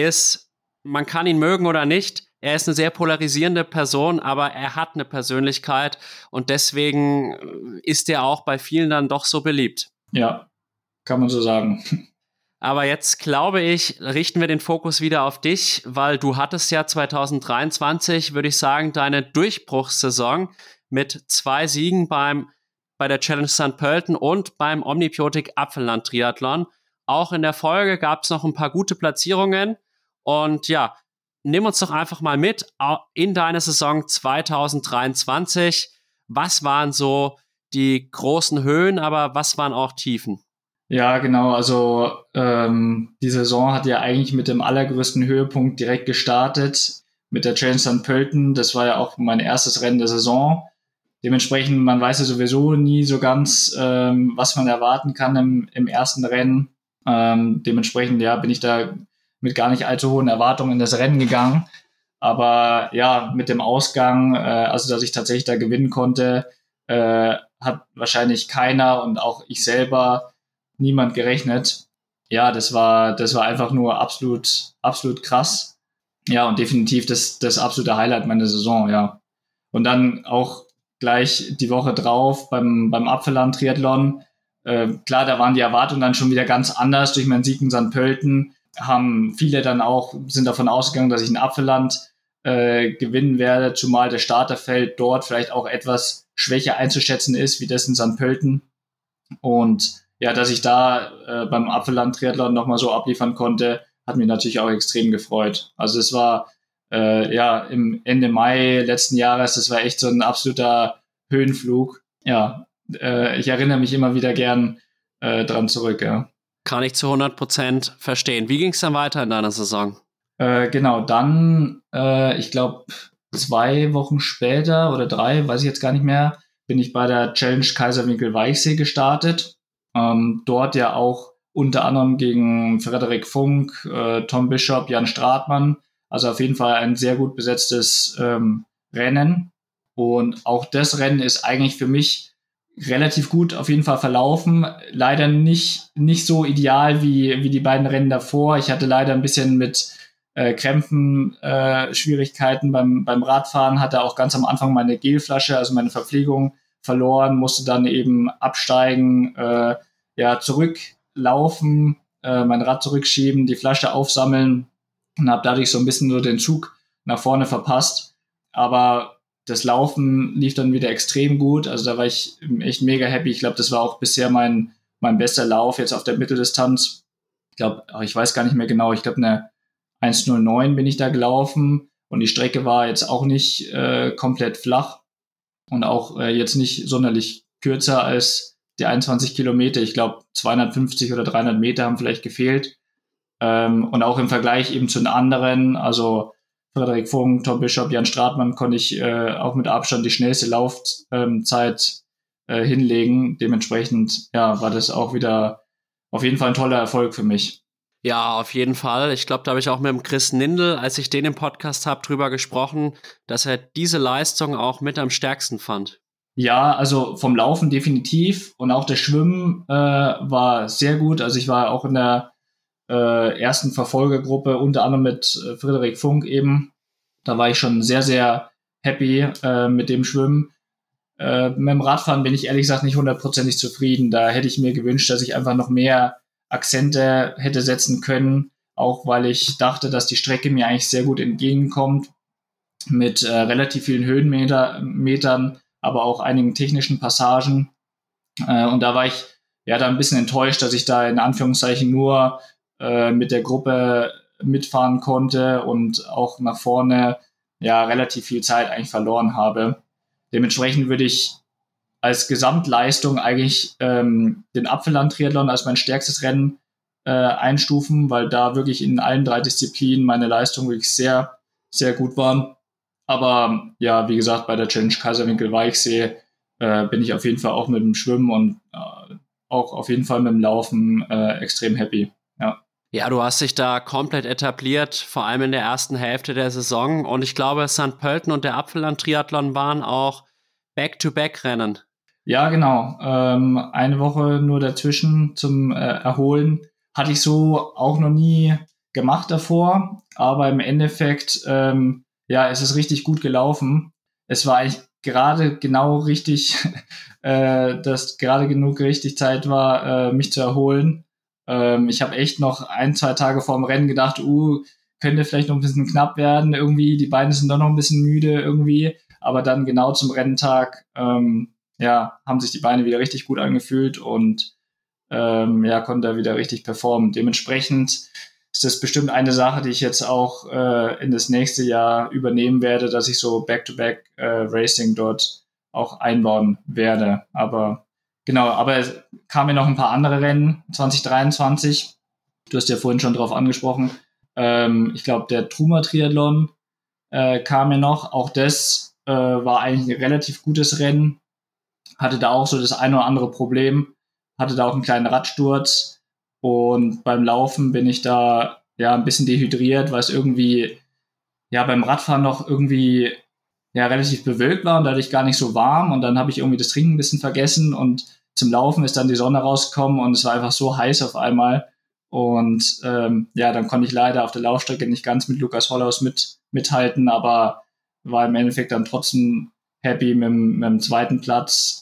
Man kann ihn mögen oder nicht, er ist eine sehr polarisierende Person, aber er hat eine Persönlichkeit und deswegen ist er auch bei vielen dann doch so beliebt. Ja, kann man so sagen. Aber jetzt, glaube ich, richten wir den Fokus wieder auf dich, weil du hattest ja 2023, würde ich sagen, deine Durchbruchssaison mit 2 Siegen bei der Challenge St. Pölten und beim Omnipiotic Apfelland Triathlon. Auch in der Folge gab es noch ein paar gute Platzierungen. Und ja, nimm uns doch einfach mal mit in deine Saison 2023. Was waren so die großen Höhen, aber was waren auch Tiefen? Ja, genau. Also die Saison hat ja eigentlich mit dem allergrößten Höhepunkt direkt gestartet, mit der Challenge St. Pölten. Das war ja auch mein erstes Rennen der Saison. Dementsprechend, man weiß ja sowieso nie so ganz, was man erwarten kann im ersten Rennen. Dementsprechend, ja, bin ich da mit gar nicht allzu hohen Erwartungen in das Rennen gegangen. Aber ja, mit dem Ausgang, also dass ich tatsächlich da gewinnen konnte, hat wahrscheinlich keiner und auch ich selber niemand gerechnet. ja, das war einfach nur absolut krass. Ja, und definitiv das absolute Highlight meiner Saison, ja. Und dann auch gleich die Woche drauf beim Apfelland-Triathlon. Klar, da waren die Erwartungen dann schon wieder ganz anders. Durch meinen Sieg in St. Pölten haben viele dann auch, sind davon ausgegangen, dass ich ein Apfelland gewinnen werde, zumal das Starterfeld dort vielleicht auch etwas schwächer einzuschätzen ist, wie das in St. Pölten. Und ja, dass ich da beim Apfelland-Triathlon nochmal so abliefern konnte, hat mich natürlich auch extrem gefreut. Also es war im Ende Mai letzten Jahres, das war echt so ein absoluter Höhenflug. Ja, ich erinnere mich immer wieder gern dran zurück, ja. Kann ich zu 100% verstehen. Wie ging es dann weiter in deiner Saison? Genau, dann, ich glaube, 2 Wochen später oder 3, weiß ich jetzt gar nicht mehr, bin ich bei der Challenge Kaiserwinkel-Weichsee gestartet. Dort ja auch unter anderem gegen Frederik Funk, Tom Bishop, Jan Stratmann. Also auf jeden Fall ein sehr gut besetztes Rennen. Und auch das Rennen ist eigentlich für mich relativ gut auf jeden Fall verlaufen. Leider nicht so ideal wie die beiden Rennen davor. Ich hatte leider ein bisschen mit Krämpfen, Schwierigkeiten beim Radfahren, hatte auch ganz am Anfang meine Gelflasche, also meine Verpflegung verloren, musste dann eben absteigen, zurücklaufen, mein Rad zurückschieben, die Flasche aufsammeln und habe dadurch so ein bisschen so den Zug nach vorne verpasst. Aber das Laufen lief dann wieder extrem gut, also da war ich echt mega happy. Ich glaube, das war auch bisher mein bester Lauf jetzt auf der Mitteldistanz. Ich glaube, ich weiß gar nicht mehr genau, ich glaube eine 1:09 bin ich da gelaufen und die Strecke war jetzt auch nicht komplett flach und auch jetzt nicht sonderlich kürzer als die 21 Kilometer. Ich glaube 250 oder 300 Meter haben vielleicht gefehlt. Und auch im Vergleich eben zu den anderen, also Frederik Funk, Tom Bishop, Jan Stratmann, konnte ich auch mit Abstand die schnellste Laufzeit hinlegen. Dementsprechend war das auch wieder auf jeden Fall ein toller Erfolg für mich. Ja, auf jeden Fall. Ich glaube, da habe ich auch mit dem Chris Nindl, als ich den im Podcast habe, drüber gesprochen, dass er diese Leistung auch mit am stärksten fand. Ja, also vom Laufen definitiv und auch das Schwimmen war sehr gut. Also ich war auch in der ersten Verfolgergruppe, unter anderem mit Frederik Funk eben. Da war ich schon sehr, sehr happy mit dem Schwimmen. Mit dem Radfahren bin ich ehrlich gesagt nicht 100%ig zufrieden. Da hätte ich mir gewünscht, dass ich einfach noch mehr Akzente hätte setzen können, auch weil ich dachte, dass die Strecke mir eigentlich sehr gut entgegenkommt mit relativ vielen Höhenmetern, aber auch einigen technischen Passagen. Und da war ich da ein bisschen enttäuscht, dass ich da in Anführungszeichen nur mit der Gruppe mitfahren konnte und auch nach vorne relativ viel Zeit eigentlich verloren habe. Dementsprechend würde ich als Gesamtleistung eigentlich den Apfelland-Triathlon als mein stärkstes Rennen einstufen, weil da wirklich in allen 3 Disziplinen meine Leistungen wirklich sehr, sehr gut waren. Aber ja, wie gesagt, bei der Challenge Kaiserwinkel-Weichsee bin ich auf jeden Fall auch mit dem Schwimmen und auch auf jeden Fall mit dem Laufen extrem happy. Ja, du hast dich da komplett etabliert, vor allem in der ersten Hälfte der Saison. Und ich glaube, St. Pölten und der Apfelland-Triathlon waren auch Back-to-Back-Rennen. Ja, genau. Eine Woche nur dazwischen zum Erholen. Hatte ich so auch noch nie gemacht davor. Aber im Endeffekt, es ist richtig gut gelaufen. Es war eigentlich gerade genau richtig, dass gerade genug richtig Zeit war, mich zu erholen. Ich habe echt noch 1-2 Tage vor dem Rennen gedacht, könnte vielleicht noch ein bisschen knapp werden. Irgendwie, die Beine sind doch noch ein bisschen müde irgendwie. Aber dann genau zum Renntag, haben sich die Beine wieder richtig gut angefühlt und konnte da wieder richtig performen. Dementsprechend ist das bestimmt eine Sache, die ich jetzt auch in das nächste Jahr übernehmen werde, dass ich so Back-to-Back Racing dort auch einbauen werde. Aber es kamen ja noch ein paar andere Rennen 2023. Du hast ja vorhin schon drauf angesprochen. Ich glaube, der Truma Triathlon kam ja noch. Auch das war eigentlich ein relativ gutes Rennen. Hatte da auch so das eine oder andere Problem. Hatte da auch einen kleinen Radsturz. Und beim Laufen bin ich da ein bisschen dehydriert, weil es irgendwie beim Radfahren noch irgendwie relativ bewölkt war und dadurch gar nicht so warm. Und dann habe ich irgendwie das Trinken ein bisschen vergessen und zum Laufen ist dann die Sonne rausgekommen und es war einfach so heiß auf einmal. Und dann konnte ich leider auf der Laufstrecke nicht ganz mit Lukas Hollhaus mithalten, aber war im Endeffekt dann trotzdem happy mit dem zweiten Platz.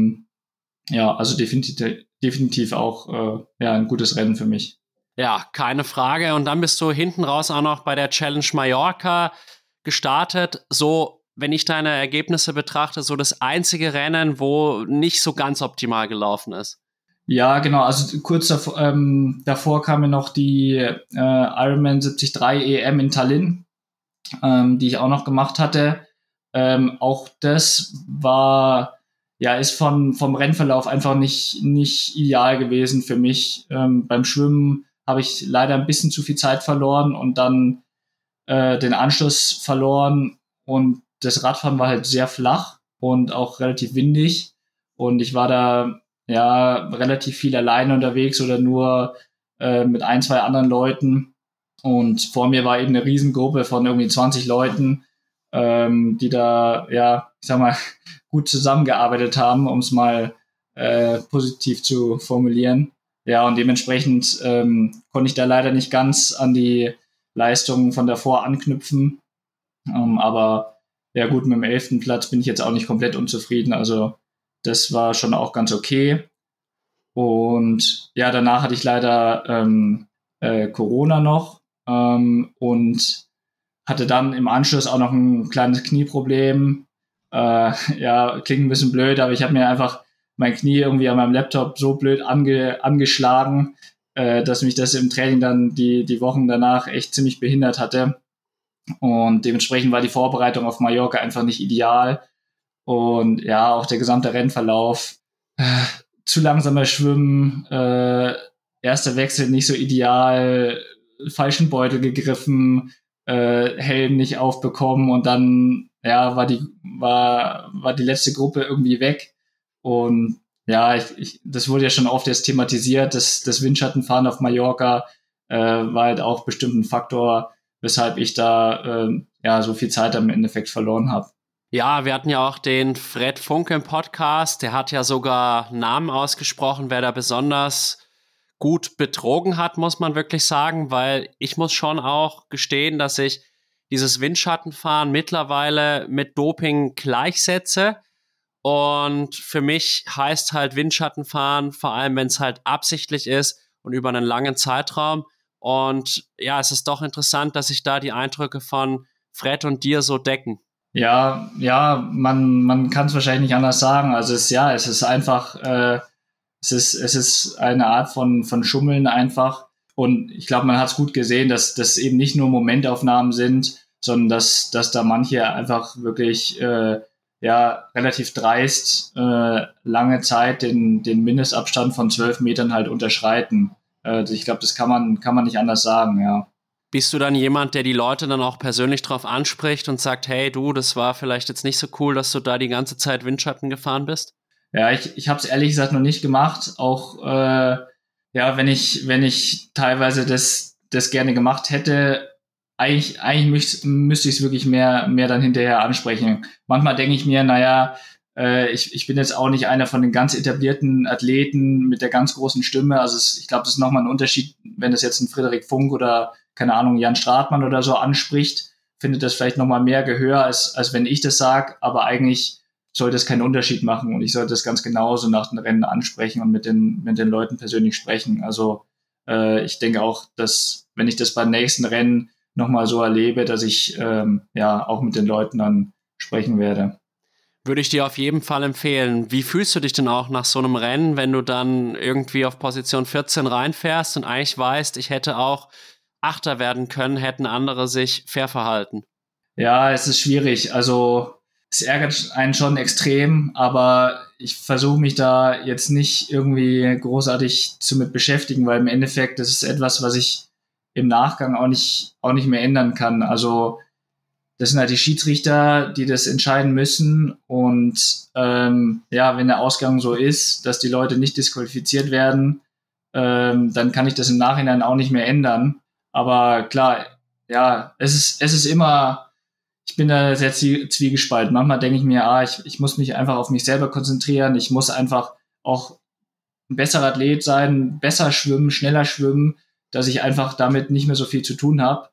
Also definitiv auch ein gutes Rennen für mich. Ja, keine Frage. Und dann bist du hinten raus auch noch bei der Challenge Mallorca gestartet. So, wenn ich deine Ergebnisse betrachte, so das einzige Rennen, wo nicht so ganz optimal gelaufen ist. Ja, genau. Also kurz davor kam mir noch die Ironman 73 EM in Tallinn, die ich auch noch gemacht hatte. Auch das ist vom Rennverlauf einfach nicht ideal gewesen für mich. Beim Schwimmen habe ich leider ein bisschen zu viel Zeit verloren und dann den Anschluss verloren, und das Radfahren war halt sehr flach und auch relativ windig, und ich war da relativ viel alleine unterwegs oder nur mit 1, 2 anderen Leuten, und vor mir war eben eine Riesengruppe von irgendwie 20 Leuten, die da, ich sag mal, gut zusammengearbeitet haben, um es mal positiv zu formulieren. Ja, und dementsprechend konnte ich da leider nicht ganz an die Leistungen von davor anknüpfen. Aber ja gut, mit dem 11. Platz bin ich jetzt auch nicht komplett unzufrieden. Also das war schon auch ganz okay. Und ja, danach hatte ich leider Corona noch und hatte dann im Anschluss auch noch ein kleines Knieproblem. Klingt ein bisschen blöd, aber ich habe mir einfach mein Knie irgendwie an meinem Laptop so blöd angeschlagen, dass mich das im Training dann die Wochen danach echt ziemlich behindert hatte. Und dementsprechend war die Vorbereitung auf Mallorca einfach nicht ideal. Und ja, auch der gesamte Rennverlauf, zu langsamer Schwimmen, erster Wechsel nicht so ideal, falschen Beutel gegriffen, Helm nicht aufbekommen, und dann war die letzte Gruppe irgendwie weg. Und ja, das wurde ja schon oft jetzt thematisiert, das Windschattenfahren auf Mallorca war halt auch bestimmt ein Faktor, weshalb ich da so viel Zeit im Endeffekt verloren habe. Ja, wir hatten ja auch den Fred Funke im Podcast, der hat ja sogar Namen ausgesprochen, wer da besonders gut betrogen hat, muss man wirklich sagen, weil ich muss schon auch gestehen, dass ich dieses Windschattenfahren mittlerweile mit Doping gleichsetze. Und für mich heißt halt Windschattenfahren, vor allem wenn es halt absichtlich ist und über einen langen Zeitraum. Und ja, es ist doch interessant, dass sich da die Eindrücke von Fred und dir so decken. Ja, man kann es wahrscheinlich nicht anders sagen. Also es ist einfach, es ist eine Art von Schummeln einfach. Und ich glaube, man hat es gut gesehen, dass das eben nicht nur Momentaufnahmen sind, sondern dass da manche einfach wirklich relativ dreist lange Zeit den Mindestabstand von 12 Metern halt unterschreiten. Ich glaube, das kann man nicht anders sagen, ja. Bist du dann jemand, der die Leute dann auch persönlich drauf anspricht und sagt, hey du, das war vielleicht jetzt nicht so cool, dass du da die ganze Zeit Windschatten gefahren bist? Ja, ich habe es ehrlich gesagt noch nicht gemacht. Auch wenn ich teilweise das gerne gemacht hätte, eigentlich müsste ich es wirklich mehr dann hinterher ansprechen. Manchmal denke ich mir, ich bin jetzt auch nicht einer von den ganz etablierten Athleten mit der ganz großen Stimme. Also ich glaube, das ist nochmal ein Unterschied, wenn das jetzt ein Frederik Funk oder, keine Ahnung, Jan Stratmann oder so anspricht, findet das vielleicht nochmal mehr Gehör, als wenn ich das sage. Aber eigentlich sollte es keinen Unterschied machen, und ich sollte das ganz genauso nach den Rennen ansprechen und mit den Leuten persönlich sprechen. Also ich denke auch, dass, wenn ich das beim nächsten Rennen nochmal so erlebe, dass ich auch mit den Leuten dann sprechen werde. Würde ich dir auf jeden Fall empfehlen. Wie fühlst du dich denn auch nach so einem Rennen, wenn du dann irgendwie auf Position 14 reinfährst und eigentlich weißt, ich hätte auch Achter werden können, hätten andere sich fair verhalten? Ja, es ist schwierig. Also es ärgert einen schon extrem, aber ich versuche mich da jetzt nicht irgendwie großartig mit beschäftigen, weil im Endeffekt das ist etwas, was ich im Nachgang auch nicht mehr ändern kann. Also das sind halt die Schiedsrichter, die das entscheiden müssen. Und wenn der Ausgang so ist, dass die Leute nicht disqualifiziert werden, dann kann ich das im Nachhinein auch nicht mehr ändern. Aber klar, ja, es ist immer, ich bin da sehr zwiegespalten. Manchmal denke ich mir, ich muss mich einfach auf mich selber konzentrieren. Ich muss einfach auch ein besserer Athlet sein, besser schwimmen, schneller schwimmen, dass ich einfach damit nicht mehr so viel zu tun habe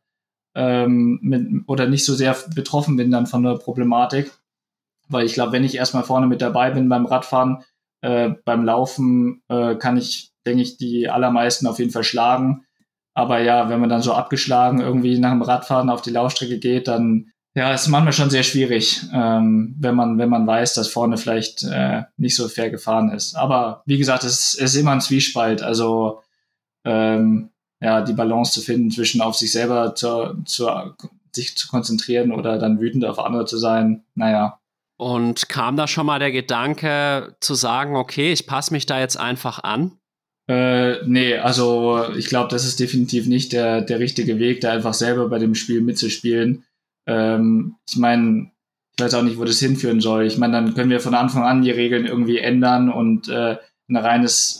oder nicht so sehr betroffen bin dann von der Problematik. Weil ich glaube, wenn ich erstmal vorne mit dabei bin beim Radfahren, beim Laufen kann ich, denke ich, die allermeisten auf jeden Fall schlagen. Aber ja, wenn man dann so abgeschlagen irgendwie nach dem Radfahren auf die Laufstrecke geht, dann ja, ist manchmal schon sehr schwierig, wenn man weiß, dass vorne vielleicht nicht so fair gefahren ist. Aber wie gesagt, es ist immer ein Zwiespalt. Also die Balance zu finden zwischen auf sich selber sich zu konzentrieren oder dann wütend auf andere zu sein. Naja. Und kam da schon mal der Gedanke zu sagen, okay, ich passe mich da jetzt einfach an? Nee, also ich glaube, das ist definitiv nicht der richtige Weg, da einfach selber bei dem Spiel mitzuspielen. Ich meine, ich weiß auch nicht, wo das hinführen soll. Ich meine, dann können wir von Anfang an die Regeln irgendwie ändern und ein reines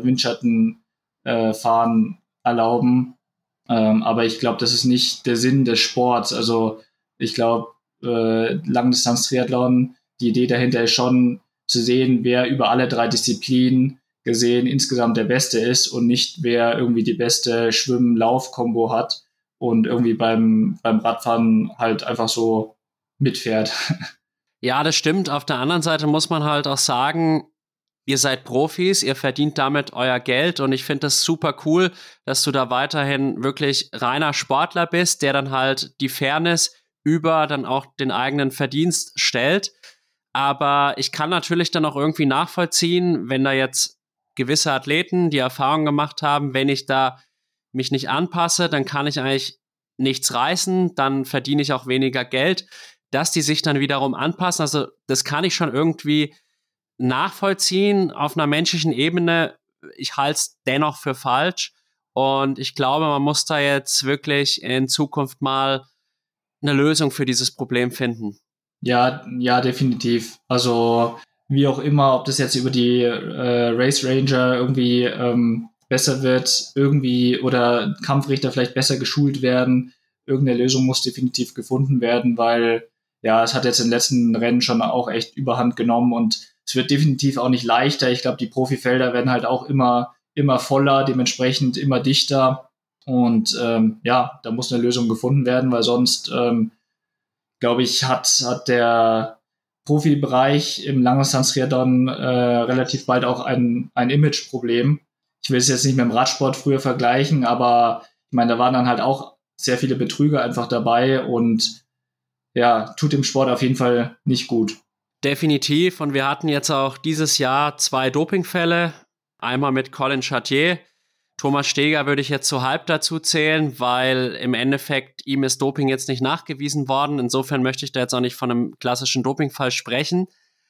Windschattenfahren erlauben. Aber ich glaube, das ist nicht der Sinn des Sports. Also ich glaube, Langdistanz-Triathlon, die Idee dahinter ist schon zu sehen, wer über alle 3 Disziplinen gesehen insgesamt der Beste ist und nicht, wer irgendwie die beste Schwimmen-Lauf-Kombo hat und irgendwie beim Radfahren halt einfach so mitfährt. Ja, das stimmt. Auf der anderen Seite muss man halt auch sagen, ihr seid Profis, ihr verdient damit euer Geld und ich finde das super cool, dass du da weiterhin wirklich reiner Sportler bist, der dann halt die Fairness über dann auch den eigenen Verdienst stellt. Aber ich kann natürlich dann auch irgendwie nachvollziehen, wenn da jetzt gewisse Athleten die Erfahrung gemacht haben, wenn ich da mich nicht anpasse, dann kann ich eigentlich nichts reißen, dann verdiene ich auch weniger Geld, dass die sich dann wiederum anpassen. Also das kann ich schon irgendwie nachvollziehen auf einer menschlichen Ebene. Ich halte es dennoch für falsch und ich glaube, man muss da jetzt wirklich in Zukunft mal eine Lösung für dieses Problem finden. Ja, definitiv. Also wie auch immer, ob das jetzt über die Race Ranger irgendwie besser wird, irgendwie oder Kampfrichter vielleicht besser geschult werden. Irgendeine Lösung muss definitiv gefunden werden, weil ja, es hat jetzt in den letzten Rennen schon auch echt Überhand genommen und es wird definitiv auch nicht leichter. Ich glaube, die Profifelder werden halt auch immer voller, dementsprechend immer dichter. Und da muss eine Lösung gefunden werden, weil sonst, glaube ich, hat der Profibereich im Langdistanz-Triathlon relativ bald auch ein Imageproblem. Ich will es jetzt nicht mit dem Radsport früher vergleichen, aber ich meine, da waren dann halt auch sehr viele Betrüger einfach dabei und ja, tut dem Sport auf jeden Fall nicht gut. Definitiv. Und wir hatten jetzt auch dieses Jahr 2 Dopingfälle. Einmal mit Colin Chartier. Thomas Steger würde ich jetzt so halb dazu zählen, weil im Endeffekt ihm ist Doping jetzt nicht nachgewiesen worden. Insofern möchte ich da jetzt auch nicht von einem klassischen Dopingfall sprechen.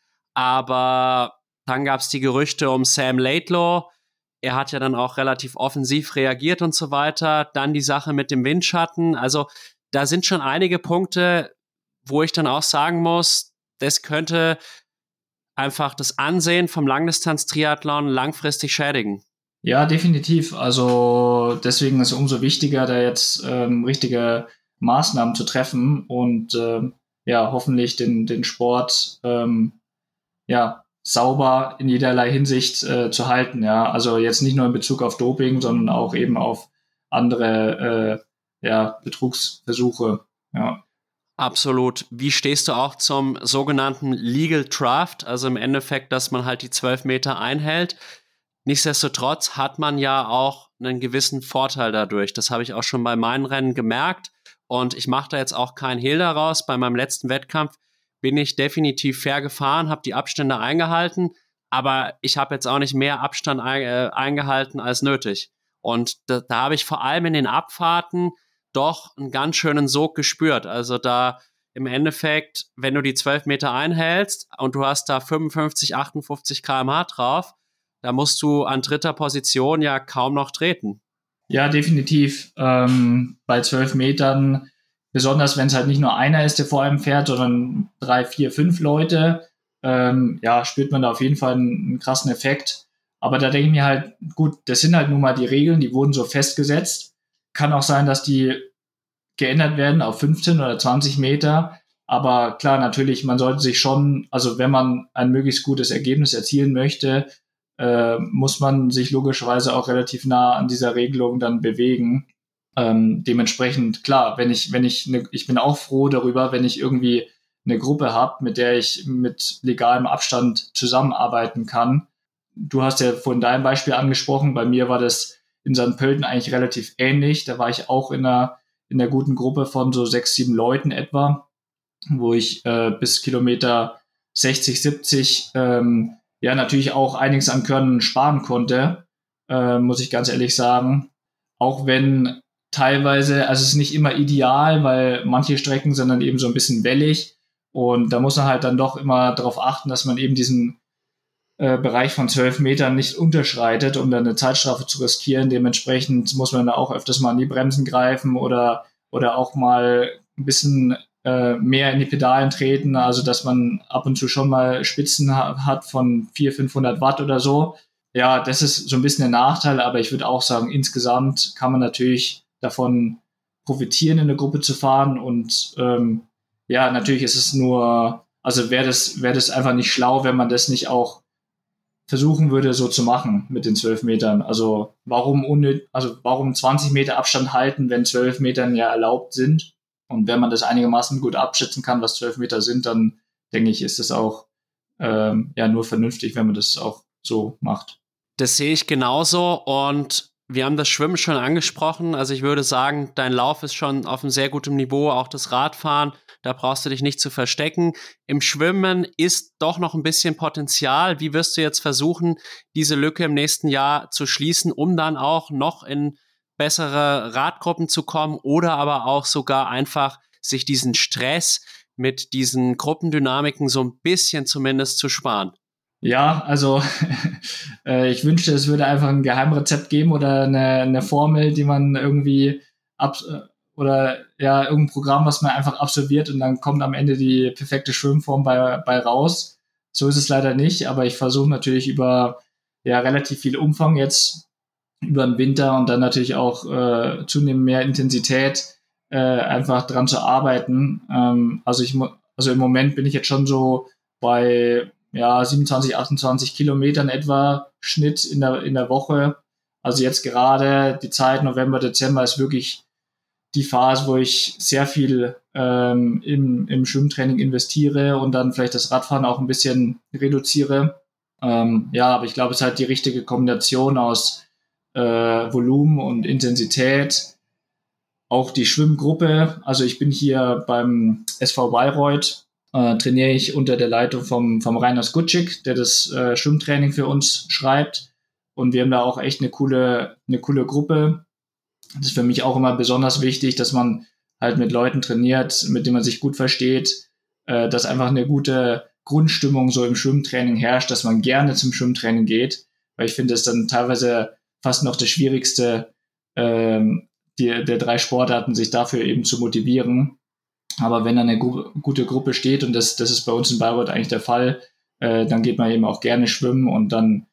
Aber dann gab es die Gerüchte um Sam Laidlaw. Er hat ja dann auch relativ offensiv reagiert und so weiter. Dann die Sache mit dem Windschatten. Also da sind schon einige Punkte, wo ich dann auch sagen muss, das könnte einfach das Ansehen vom Langdistanz-Triathlon langfristig schädigen. Ja, definitiv. Also deswegen ist es umso wichtiger, da jetzt richtige Maßnahmen zu treffen und hoffentlich den Sport sauber in jederlei Hinsicht zu halten. Ja, also jetzt nicht nur in Bezug auf Doping, sondern auch eben auf andere Betrugsversuche. Ja. Absolut. Wie stehst du auch zum sogenannten Legal Draft? Also im Endeffekt, dass man halt die 12 Meter einhält. Nichtsdestotrotz hat man ja auch einen gewissen Vorteil dadurch. Das habe ich auch schon bei meinen Rennen gemerkt. Und ich mache da jetzt auch keinen Hehl daraus. Bei meinem letzten Wettkampf bin ich definitiv fair gefahren, habe die Abstände eingehalten. Aber ich habe jetzt auch nicht mehr Abstand eingehalten als nötig. Und da habe ich vor allem in den Abfahrten doch einen ganz schönen Sog gespürt. Also da im Endeffekt, wenn du die 12 Meter einhältst und du hast da 55, 58 km/h drauf, da musst du an 3. Position ja kaum noch treten. Ja, definitiv. Bei 12 Metern, besonders wenn es halt nicht nur einer ist, der vor einem fährt, sondern 3, 4, 5 Leute, spürt man da auf jeden Fall einen krassen Effekt. Aber da denke ich mir halt, gut, das sind halt nun mal die Regeln, die wurden so festgesetzt. Kann auch sein, dass die geändert werden auf 15 oder 20 Meter. Aber klar, natürlich, man sollte sich schon, also wenn man ein möglichst gutes Ergebnis erzielen möchte, muss man sich logischerweise auch relativ nah an dieser Regelung dann bewegen. Dementsprechend, klar, ich bin auch froh darüber, wenn ich irgendwie eine Gruppe habe, mit der ich mit legalem Abstand zusammenarbeiten kann. Du hast ja vorhin dein Beispiel angesprochen, bei mir war das in St. Pölten eigentlich relativ ähnlich. Da war ich auch in einer guten Gruppe von so 6, 7 Leuten etwa, wo ich bis Kilometer 60, 70 natürlich auch einiges an Körnern sparen konnte, muss ich ganz ehrlich sagen. Auch wenn teilweise, also es ist nicht immer ideal, weil manche Strecken sind dann eben so ein bisschen wellig und da muss man halt dann doch immer darauf achten, dass man eben diesen Bereich von 12 Metern nicht unterschreitet, um dann eine Zeitstrafe zu riskieren. Dementsprechend muss man da auch öfters mal an die Bremsen greifen oder auch mal ein bisschen mehr in die Pedalen treten, also dass man ab und zu schon mal Spitzen hat von 400, 500 Watt oder so. Ja, das ist so ein bisschen der Nachteil, aber ich würde auch sagen, insgesamt kann man natürlich davon profitieren, in der Gruppe zu fahren und natürlich ist es nur, also wäre das einfach nicht schlau, wenn man das nicht auch versuchen würde, so zu machen mit den 12 Metern. Also warum 20 Meter Abstand halten, wenn 12 Metern ja erlaubt sind? Und wenn man das einigermaßen gut abschätzen kann, was 12 Meter sind, dann denke ich, ist es auch nur vernünftig, wenn man das auch so macht. Das sehe ich genauso und wir haben das Schwimmen schon angesprochen. Also ich würde sagen, dein Lauf ist schon auf einem sehr gutem Niveau, auch das Radfahren. Da brauchst du dich nicht zu verstecken. Im Schwimmen ist doch noch ein bisschen Potenzial. Wie wirst du jetzt versuchen, diese Lücke im nächsten Jahr zu schließen, um dann auch noch in bessere Radgruppen zu kommen oder aber auch sogar einfach sich diesen Stress mit diesen Gruppendynamiken so ein bisschen zumindest zu sparen? Ja, also ich wünschte, es würde einfach ein Geheimrezept geben oder eine Formel, die man irgendwie irgendein Programm, was man einfach absolviert und dann kommt am Ende die perfekte Schwimmform bei raus. So ist es leider nicht, aber ich versuche natürlich über relativ viel Umfang jetzt über den Winter und dann natürlich auch zunehmend mehr Intensität einfach dran zu arbeiten. Also im Moment bin ich jetzt schon so bei 27, 28 Kilometern etwa Schnitt in der Woche. Also jetzt gerade die Zeit November, Dezember ist wirklich die Phase, wo ich sehr viel im Schwimmtraining investiere und dann vielleicht das Radfahren auch ein bisschen reduziere. Aber ich glaube, es ist halt die richtige Kombination aus Volumen und Intensität. Auch die Schwimmgruppe, also ich bin hier beim SV Bayreuth, trainiere ich unter der Leitung vom Rainer Skutschik, der das Schwimmtraining für uns schreibt. Und wir haben da auch echt eine coole Gruppe. Das ist für mich auch immer besonders wichtig, dass man halt mit Leuten trainiert, mit denen man sich gut versteht, dass einfach eine gute Grundstimmung so im Schwimmtraining herrscht, dass man gerne zum Schwimmtraining geht. Weil ich finde, das ist dann teilweise fast noch das Schwierigste, der 3 Sportarten, sich dafür eben zu motivieren. Aber wenn dann eine gute Gruppe steht, und das ist bei uns in Bayreuth eigentlich der Fall, dann geht man eben auch gerne schwimmen und dann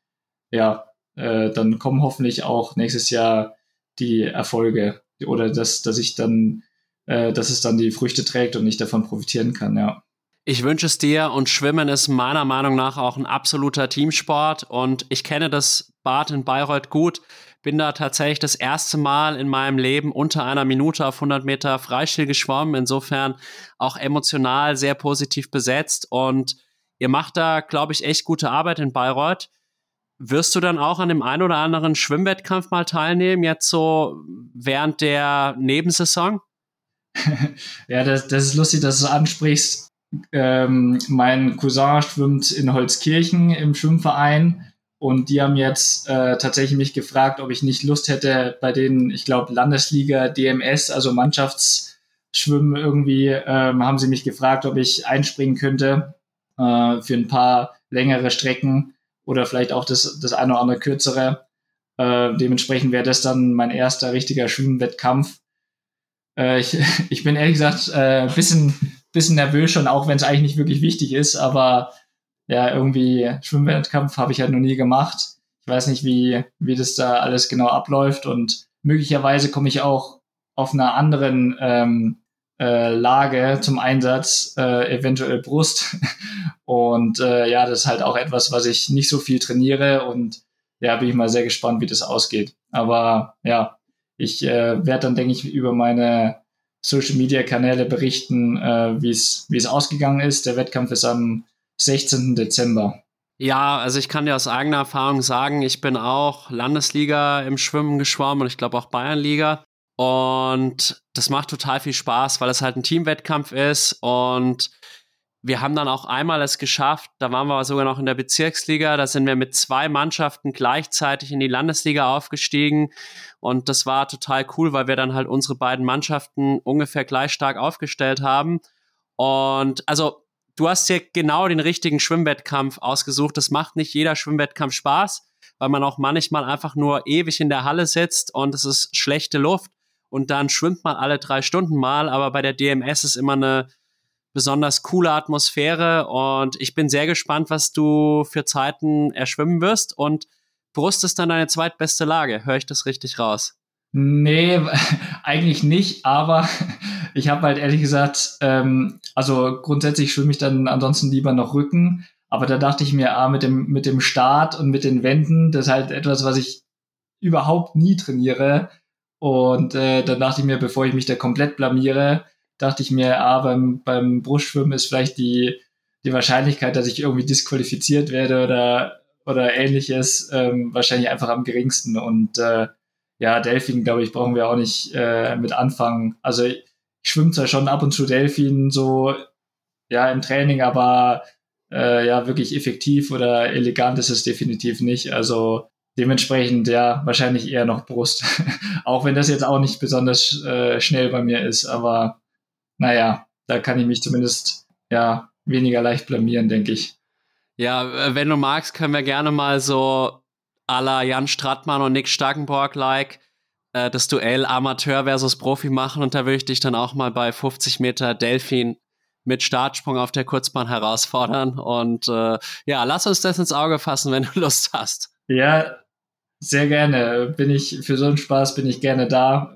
kommen hoffentlich auch nächstes Jahr die Erfolge oder dass es dann die Früchte trägt und ich davon profitieren kann, ja. Ich wünsche es dir und Schwimmen ist meiner Meinung nach auch ein absoluter Teamsport und ich kenne das Bad in Bayreuth gut. Bin da tatsächlich das erste Mal in meinem Leben unter einer Minute auf 100 Meter Freistil geschwommen. Insofern auch emotional sehr positiv besetzt. Und ihr macht da, glaube ich, echt gute Arbeit in Bayreuth. Wirst du dann auch an dem einen oder anderen Schwimmwettkampf mal teilnehmen, jetzt so während der Nebensaison? Ja, das ist lustig, dass du es ansprichst. Mein Cousin schwimmt in Holzkirchen im Schwimmverein. Und die haben jetzt tatsächlich mich gefragt, ob ich nicht Lust hätte, bei denen, ich glaube, Landesliga DMS, also Mannschaftsschwimmen irgendwie, haben sie mich gefragt, ob ich einspringen könnte für ein paar längere Strecken oder vielleicht auch das eine oder andere kürzere. Dementsprechend wäre das dann mein erster richtiger Schwimmwettkampf. Ich bin ehrlich gesagt bisschen nervös schon, auch wenn es eigentlich nicht wirklich wichtig ist, aber ja, irgendwie Schwimmwettkampf habe ich halt noch nie gemacht. Ich weiß nicht, wie das da alles genau abläuft und möglicherweise komme ich auch auf einer anderen Lage zum Einsatz, eventuell Brust. Und ja, das ist halt auch etwas, was ich nicht so viel trainiere und ja, bin ich mal sehr gespannt, wie das ausgeht. Aber ja, ich werde dann, denke ich, über meine Social-Media-Kanäle berichten, wie es ausgegangen ist. Der Wettkampf ist am 16. Dezember. Ja, also ich kann dir aus eigener Erfahrung sagen, ich bin auch Landesliga im Schwimmen geschwommen und ich glaube auch Bayernliga. Und das macht total viel Spaß, weil es halt ein Teamwettkampf ist. Und wir haben dann auch einmal es geschafft, da waren wir sogar noch in der Bezirksliga, da sind wir mit 2 Mannschaften gleichzeitig in die Landesliga aufgestiegen. Und das war total cool, weil wir dann halt unsere beiden Mannschaften ungefähr gleich stark aufgestellt haben. Und also du hast dir genau den richtigen Schwimmwettkampf ausgesucht. Das macht nicht jeder Schwimmwettkampf Spaß, weil man auch manchmal einfach nur ewig in der Halle sitzt und es ist schlechte Luft und dann schwimmt man alle 3 Stunden mal. Aber bei der DMS ist immer eine besonders coole Atmosphäre und ich bin sehr gespannt, was du für Zeiten erschwimmen wirst. Und Brust ist dann deine zweitbeste Lage. Höre ich das richtig raus? Nee, eigentlich nicht, aber ich habe halt ehrlich gesagt, also grundsätzlich schwimme ich dann ansonsten lieber noch Rücken, aber da dachte ich mir, mit dem Start und mit den Wänden, das ist halt etwas, was ich überhaupt nie trainiere. Und dann dachte ich mir, bevor ich mich da komplett blamiere, dachte ich mir, beim Brustschwimmen ist vielleicht die Wahrscheinlichkeit, dass ich irgendwie disqualifiziert werde oder ähnliches, wahrscheinlich einfach am geringsten. Und ja, Delfin, glaube ich, brauchen wir auch nicht mit anfangen. Also ich schwimme zwar schon ab und zu Delfin so ja im Training, aber ja, wirklich effektiv oder elegant ist es definitiv nicht. Also dementsprechend ja, wahrscheinlich eher noch Brust. Auch wenn das jetzt auch nicht besonders schnell bei mir ist, aber naja, da kann ich mich zumindest ja weniger leicht blamieren, denke ich. Ja, wenn du magst, können wir gerne mal so à la Jan Strattmann und Nick Starkenborg das Duell Amateur versus Profi machen und da würde ich dich dann auch mal bei 50 Meter Delfin mit Startsprung auf der Kurzbahn herausfordern und ja, lass uns das ins Auge fassen, wenn du Lust hast. Ja, sehr gerne. Für so einen Spaß bin ich gerne da.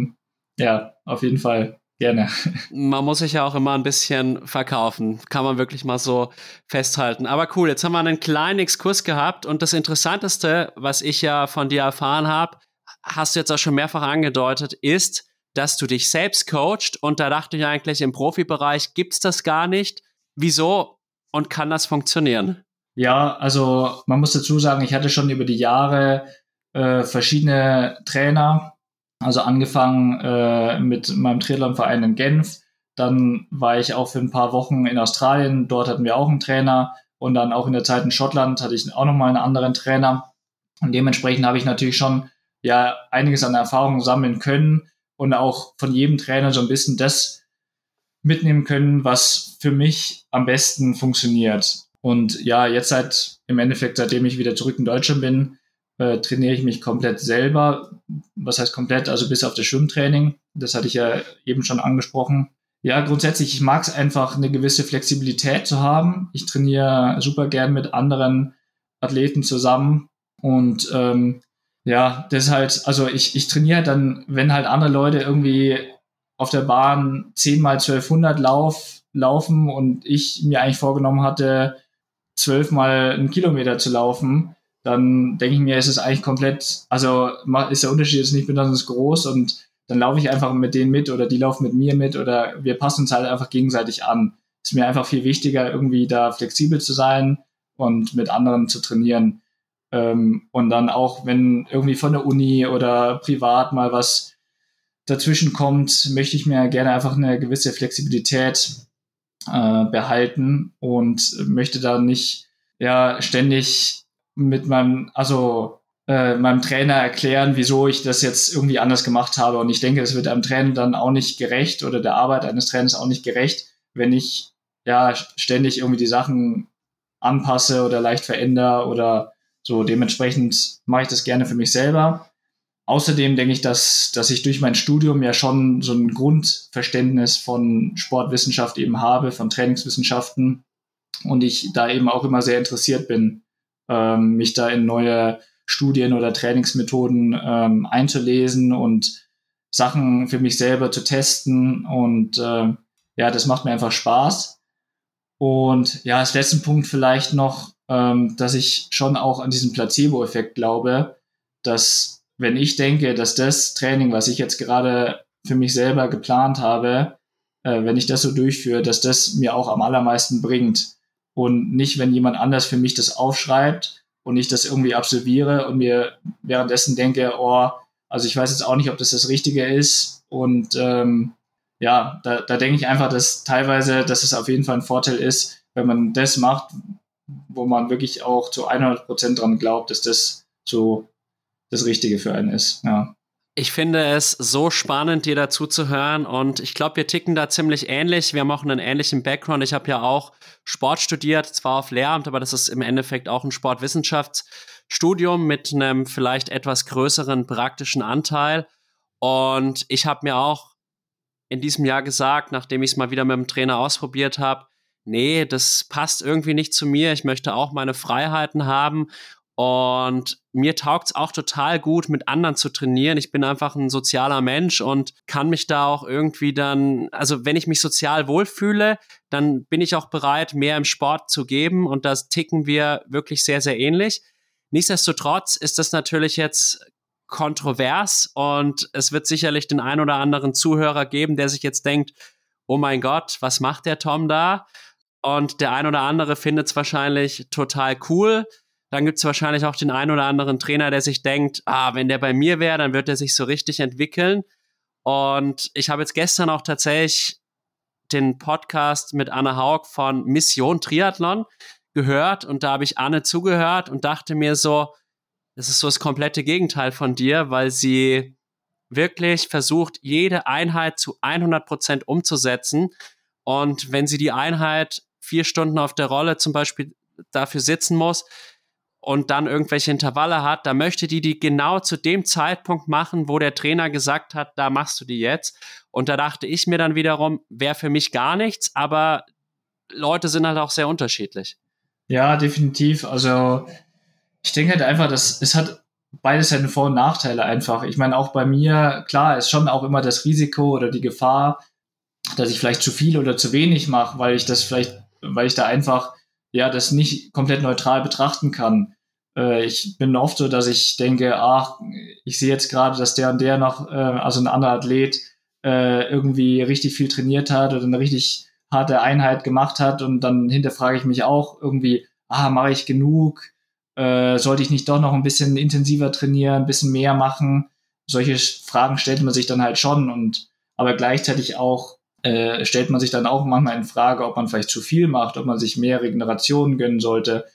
Ja, auf jeden Fall. Gerne. Man muss sich ja auch immer ein bisschen verkaufen. Kann man wirklich mal so festhalten. Aber cool, jetzt haben wir einen kleinen Exkurs gehabt und das Interessanteste, was ich ja von dir erfahren habe, hast du jetzt auch schon mehrfach angedeutet, ist, dass du dich selbst coachst und da dachte ich eigentlich, im Profibereich gibt's das gar nicht. Wieso und kann das funktionieren? Ja, also man muss dazu sagen, ich hatte schon über die Jahre verschiedene Trainer, also angefangen mit meinem Triathlonverein in Genf, dann war ich auch für ein paar Wochen in Australien, dort hatten wir auch einen Trainer und dann auch in der Zeit in Schottland hatte ich auch nochmal einen anderen Trainer und dementsprechend habe ich natürlich schon ja einiges an Erfahrung sammeln können und auch von jedem Trainer so ein bisschen das mitnehmen können, was für mich am besten funktioniert. Und ja, im Endeffekt, seitdem ich wieder zurück in Deutschland bin, trainiere ich mich komplett selber. Was heißt komplett? Also bis auf das Schwimmtraining. Das hatte ich ja eben schon angesprochen. Ja, grundsätzlich, ich mag es einfach, eine gewisse Flexibilität zu haben. Ich trainiere super gern mit anderen Athleten zusammen. Und ja, das ist halt, also ich trainiere dann, wenn halt andere Leute irgendwie auf der Bahn 10 mal 1200 laufen und ich mir eigentlich vorgenommen hatte, 12 mal einen Kilometer zu laufen, dann denke ich mir, ist es eigentlich komplett, also ist der Unterschied jetzt nicht besonders groß und dann laufe ich einfach mit denen mit oder die laufen mit mir mit oder wir passen uns halt einfach gegenseitig an. Ist mir einfach viel wichtiger, irgendwie da flexibel zu sein und mit anderen zu trainieren. Und dann auch, wenn irgendwie von der Uni oder privat mal was dazwischen kommt, möchte ich mir gerne einfach eine gewisse Flexibilität behalten und möchte da nicht ja ständig mit meinem Trainer erklären, wieso ich das jetzt irgendwie anders gemacht habe. Und ich denke, es wird einem Trainer dann auch nicht gerecht oder der Arbeit eines Trainers auch nicht gerecht, wenn ich ja ständig irgendwie die Sachen anpasse oder leicht verändere oder so. Dementsprechend mache ich das gerne für mich selber. Außerdem denke ich, dass ich durch mein Studium ja schon so ein Grundverständnis von Sportwissenschaft eben habe, von Trainingswissenschaften und ich da eben auch immer sehr interessiert bin, mich da in neue Studien oder Trainingsmethoden einzulesen und Sachen für mich selber zu testen und ja, das macht mir einfach Spaß. Und ja, als letzten Punkt vielleicht noch, dass ich schon auch an diesen Placebo-Effekt glaube, dass wenn ich denke, dass das Training, was ich jetzt gerade für mich selber geplant habe, wenn ich das so durchführe, dass das mir auch am allermeisten bringt. Und nicht, wenn jemand anders für mich das aufschreibt und ich das irgendwie absolviere und mir währenddessen denke, oh, also ich weiß jetzt auch nicht, ob das das Richtige ist. Und ja, da denke ich einfach, dass teilweise, dass es auf jeden Fall ein Vorteil ist, wenn man das macht, wo man wirklich auch zu 100% dran glaubt, dass das so das Richtige für einen ist. Ja. Ich finde es so spannend, dir dazu zu hören und ich glaube, wir ticken da ziemlich ähnlich. Wir haben auch einen ähnlichen Background. Ich habe ja auch Sport studiert, zwar auf Lehramt, aber das ist im Endeffekt auch ein Sportwissenschaftsstudium mit einem vielleicht etwas größeren praktischen Anteil. Und ich habe mir auch in diesem Jahr gesagt, nachdem ich es mal wieder mit dem Trainer ausprobiert habe, nee, das passt irgendwie nicht zu mir. Ich möchte auch meine Freiheiten haben. Und mir taugt es auch total gut, mit anderen zu trainieren. Ich bin einfach ein sozialer Mensch und kann mich da auch irgendwie dann, also wenn ich mich sozial wohlfühle, dann bin ich auch bereit, mehr im Sport zu geben. Und das ticken wir wirklich sehr, sehr ähnlich. Nichtsdestotrotz ist das natürlich jetzt kontrovers und es wird sicherlich den ein oder anderen Zuhörer geben, der sich jetzt denkt, oh mein Gott, was macht der Tom da? Und der ein oder andere findet es wahrscheinlich total cool. Dann gibt es wahrscheinlich auch den einen oder anderen Trainer, der sich denkt, wenn der bei mir wäre, dann wird er sich so richtig entwickeln. Und ich habe jetzt gestern auch tatsächlich den Podcast mit Anne Haug von Mission Triathlon gehört und da habe ich Anne zugehört und dachte mir so, das ist so das komplette Gegenteil von dir, weil sie wirklich versucht, jede Einheit zu 100% umzusetzen. Und wenn sie die Einheit 4 Stunden auf der Rolle zum Beispiel dafür sitzen muss, und dann irgendwelche Intervalle hat, da möchte die genau zu dem Zeitpunkt machen, wo der Trainer gesagt hat, da machst du die jetzt. Und da dachte ich mir dann wiederum, wäre für mich gar nichts, aber Leute sind halt auch sehr unterschiedlich. Ja, definitiv. Also ich denke halt einfach, dass es hat beides seine Vor- und Nachteile einfach. Ich meine, auch bei mir, klar, ist schon auch immer das Risiko oder die Gefahr, dass ich vielleicht zu viel oder zu wenig mache, weil ich da einfach ja das nicht komplett neutral betrachten kann. Ich bin oft so, dass ich denke, ich sehe jetzt gerade, dass der und der noch, also ein anderer Athlet, irgendwie richtig viel trainiert hat oder eine richtig harte Einheit gemacht hat und dann hinterfrage ich mich auch irgendwie, mache ich genug? Sollte ich nicht doch noch ein bisschen intensiver trainieren, ein bisschen mehr machen? Solche Fragen stellt man sich dann halt schon aber gleichzeitig auch stellt man sich dann auch manchmal in Frage, ob man vielleicht zu viel macht, ob man sich mehr Regeneration gönnen sollte.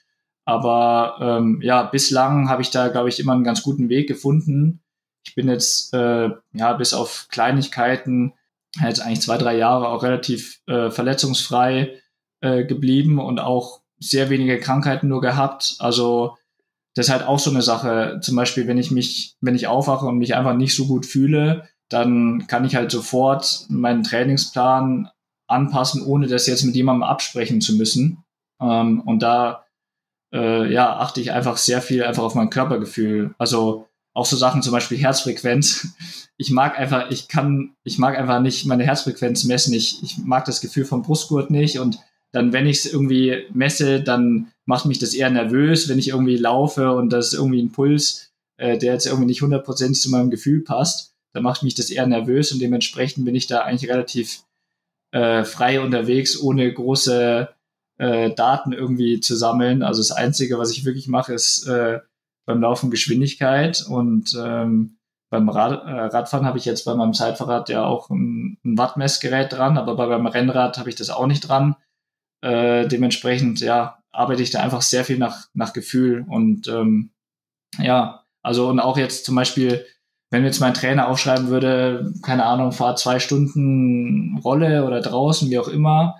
Aber ja, bislang habe ich da, glaube ich, immer einen ganz guten Weg gefunden. Ich bin jetzt bis auf Kleinigkeiten jetzt eigentlich 2-3 Jahre auch relativ verletzungsfrei geblieben und auch sehr wenige Krankheiten nur gehabt. Also das ist halt auch so eine Sache. Zum Beispiel, wenn ich aufwache und mich einfach nicht so gut fühle, dann kann ich halt sofort meinen Trainingsplan anpassen, ohne das jetzt mit jemandem absprechen zu müssen. Und da achte ich einfach sehr viel einfach auf mein Körpergefühl. Also auch so Sachen, zum Beispiel Herzfrequenz. Ich mag einfach nicht meine Herzfrequenz messen. Ich mag das Gefühl vom Brustgurt nicht und dann, wenn ich es irgendwie messe, dann macht mich das eher nervös, wenn ich irgendwie laufe und das ist irgendwie ein Puls, der jetzt irgendwie nicht 100% zu meinem Gefühl passt, dann macht mich das eher nervös und dementsprechend bin ich da eigentlich relativ frei unterwegs, ohne große Daten irgendwie zu sammeln. Also das Einzige, was ich wirklich mache, ist beim Laufen Geschwindigkeit und beim Radfahren habe ich jetzt bei meinem Zeitfahrrad ja auch ein Wattmessgerät dran, aber beim Rennrad habe ich das auch nicht dran. Dementsprechend, ja, arbeite ich da einfach sehr viel nach Gefühl und also und auch jetzt zum Beispiel, wenn jetzt mein Trainer aufschreiben würde, keine Ahnung, fahr 2 Stunden Rolle oder draußen, wie auch immer,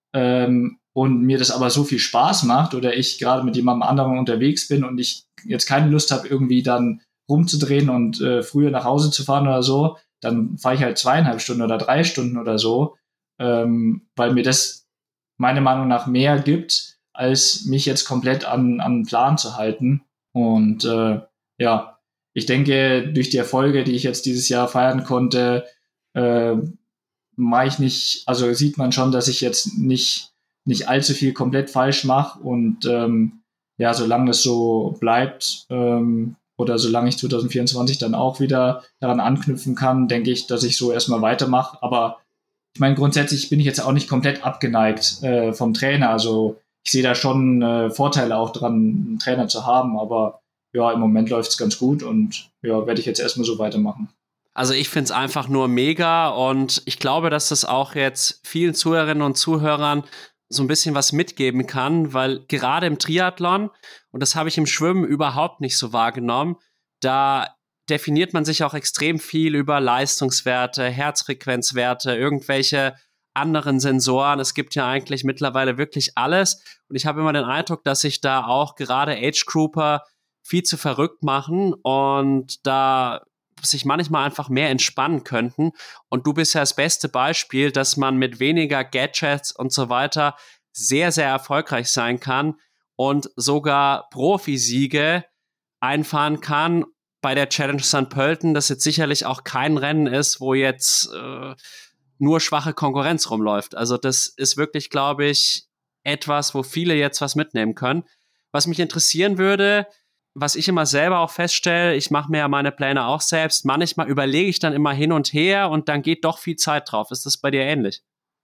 und mir das aber so viel Spaß macht oder ich gerade mit jemandem anderen unterwegs bin und ich jetzt keine Lust habe, irgendwie dann rumzudrehen und früher nach Hause zu fahren oder so, dann fahre ich halt 2,5 Stunden oder 3 Stunden oder so, weil mir das meiner Meinung nach mehr gibt, als mich jetzt komplett an Plan zu halten. Und ich denke, durch die Erfolge, die ich jetzt dieses Jahr feiern konnte, mache ich nicht, also sieht man schon, dass ich jetzt nicht allzu viel komplett falsch mache und ja, solange das so bleibt oder solange ich 2024 dann auch wieder daran anknüpfen kann, denke ich, dass ich so erstmal weitermache. Aber ich meine, grundsätzlich bin ich jetzt auch nicht komplett abgeneigt vom Trainer. Also ich sehe da schon Vorteile auch dran, einen Trainer zu haben. Aber ja, im Moment läuft es ganz gut und ja, werde ich jetzt erstmal so weitermachen. Also ich finde es einfach nur mega und ich glaube, dass das auch jetzt vielen Zuhörerinnen und Zuhörern so ein bisschen was mitgeben kann, weil gerade im Triathlon, und das habe ich im Schwimmen überhaupt nicht so wahrgenommen, da definiert man sich auch extrem viel über Leistungswerte, Herzfrequenzwerte, irgendwelche anderen Sensoren. Es gibt ja eigentlich mittlerweile wirklich alles und ich habe immer den Eindruck, dass sich da auch gerade Age-Grouper viel zu verrückt machen und da sich manchmal einfach mehr entspannen könnten. Und du bist ja das beste Beispiel, dass man mit weniger Gadgets und so weiter sehr, sehr erfolgreich sein kann und sogar Profisiege einfahren kann bei der Challenge St. Pölten, das jetzt sicherlich auch kein Rennen ist, wo jetzt nur schwache Konkurrenz rumläuft. Also das ist wirklich, glaube ich, etwas, wo viele jetzt was mitnehmen können. Was mich interessieren würde, was ich immer selber auch feststelle, ich mache mir ja meine Pläne auch selbst, manchmal überlege ich dann immer hin und her und dann geht doch viel Zeit drauf. Ist das bei dir ähnlich?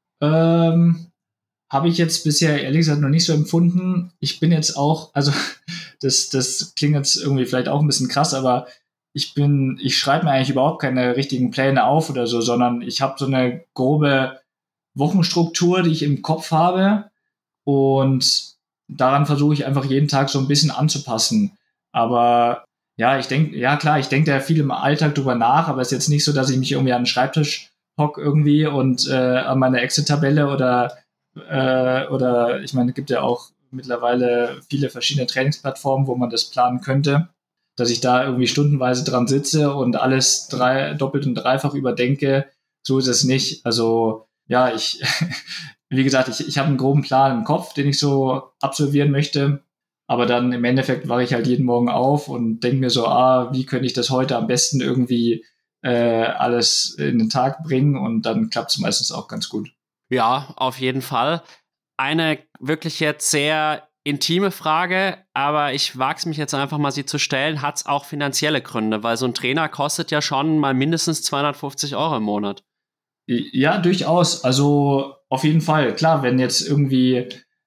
Habe ich jetzt bisher ehrlich gesagt noch nicht so empfunden. Ich bin jetzt auch, also das klingt jetzt irgendwie vielleicht auch ein bisschen krass, aber ich schreibe mir eigentlich überhaupt keine richtigen Pläne auf oder so, sondern ich habe so eine grobe Wochenstruktur, die ich im Kopf habe und daran versuche ich einfach jeden Tag so ein bisschen anzupassen. Aber ja, ich denke da viel im Alltag drüber nach, aber es ist jetzt nicht so, dass ich mich irgendwie an den Schreibtisch hocke irgendwie und an meiner Excel-Tabelle oder ich meine, es gibt ja auch mittlerweile viele verschiedene Trainingsplattformen, wo man das planen könnte, dass ich da irgendwie stundenweise dran sitze und alles doppelt und dreifach überdenke. So ist es nicht. Also ja, wie gesagt, ich habe einen groben Plan im Kopf, den ich so absolvieren möchte. Aber dann im Endeffekt wache ich halt jeden Morgen auf und denke mir so, wie könnte ich das heute am besten irgendwie alles in den Tag bringen? Und dann klappt es meistens auch ganz gut. Ja, auf jeden Fall. Eine wirklich jetzt sehr intime Frage, aber ich wage es mich jetzt einfach mal, sie zu stellen. Hat es auch finanzielle Gründe? Weil so ein Trainer kostet ja schon mal mindestens 250 € im Monat. Ja, durchaus. Also auf jeden Fall. Klar, wenn jetzt irgendwie,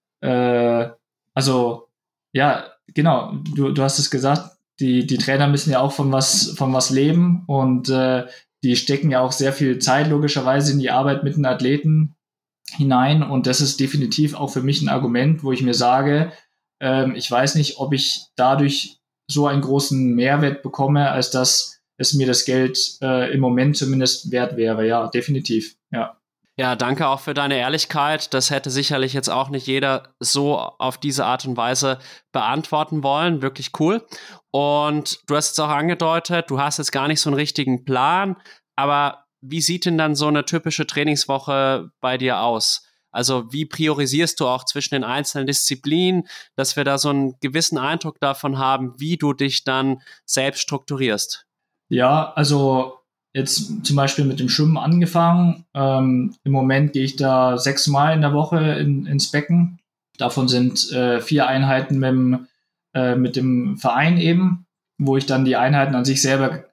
also ja, genau, du hast es gesagt, die Trainer müssen ja auch von was leben und die stecken ja auch sehr viel Zeit logischerweise in die Arbeit mit den Athleten hinein und das ist definitiv auch für mich ein Argument, wo ich mir sage, ich weiß nicht, ob ich dadurch so einen großen Mehrwert bekomme, als dass es mir das Geld im Moment zumindest wert wäre. Ja, definitiv, ja. Ja, danke auch für deine Ehrlichkeit. Das hätte sicherlich jetzt auch nicht jeder so auf diese Art und Weise beantworten wollen. Wirklich cool. Und du hast es auch angedeutet, du hast jetzt gar nicht so einen richtigen Plan, aber wie sieht denn dann so eine typische Trainingswoche bei dir aus? Also wie priorisierst du auch zwischen den einzelnen Disziplinen, dass wir da so einen gewissen Eindruck davon haben, wie du dich dann selbst strukturierst? Ja, also jetzt zum Beispiel mit dem Schwimmen angefangen. Im Moment gehe ich da 6-mal in der Woche ins Becken. Davon sind 4 Einheiten mit dem Verein eben, wo ich dann die Einheiten an sich selber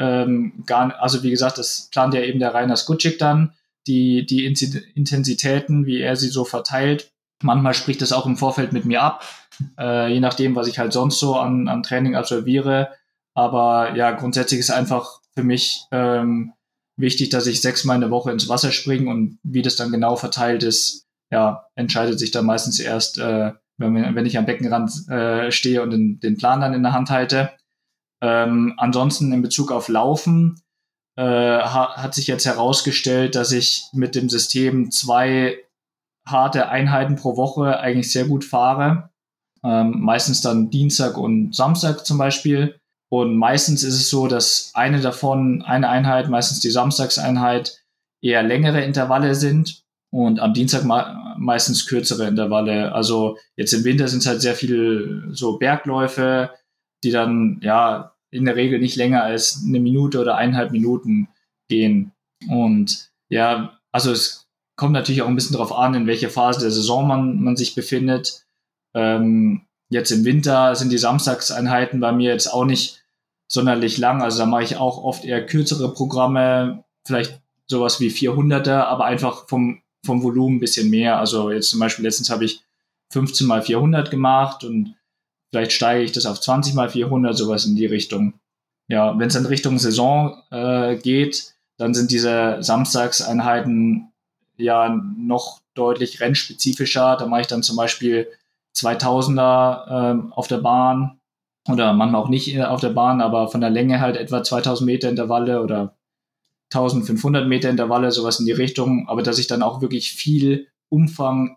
also wie gesagt, das plant ja eben der Rainer Skutschik dann, die Intensitäten, wie er sie so verteilt. Manchmal spricht das auch im Vorfeld mit mir ab, je nachdem, was ich halt sonst so an Training absolviere. Aber ja, grundsätzlich ist einfach für mich wichtig, dass ich 6-mal in der Woche ins Wasser springe und wie das dann genau verteilt ist, ja, entscheidet sich dann meistens erst, wenn ich am Beckenrand stehe und den Plan dann in der Hand halte. Ansonsten in Bezug auf Laufen hat sich jetzt herausgestellt, dass ich mit dem System 2 harte Einheiten pro Woche eigentlich sehr gut fahre. Meistens dann Dienstag und Samstag zum Beispiel. Und meistens ist es so, dass eine Einheit, meistens die Samstagseinheit, eher längere Intervalle sind und am Dienstag meistens kürzere Intervalle. Also jetzt im Winter sind es halt sehr viel so Bergläufe, die dann ja in der Regel nicht länger als 1 Minute oder 1,5 Minuten gehen. Und ja, also es kommt natürlich auch ein bisschen darauf an, in welcher Phase der Saison man sich befindet. Jetzt im Winter sind die Samstagseinheiten bei mir jetzt auch nicht sonderlich lang. Also da mache ich auch oft eher kürzere Programme, vielleicht sowas wie 400er, aber einfach vom Volumen ein bisschen mehr. Also jetzt zum Beispiel letztens habe ich 15 mal 400 gemacht und vielleicht steige ich das auf 20 mal 400, sowas in die Richtung. Ja, wenn es dann Richtung Saison geht, dann sind diese Samstagseinheiten ja noch deutlich rennspezifischer. Da mache ich dann zum Beispiel 2000er auf der Bahn oder manchmal auch nicht auf der Bahn, aber von der Länge halt etwa 2000 Meter Intervalle oder 1500 Meter Intervalle, sowas in die Richtung. Aber dass ich dann auch wirklich viel Umfang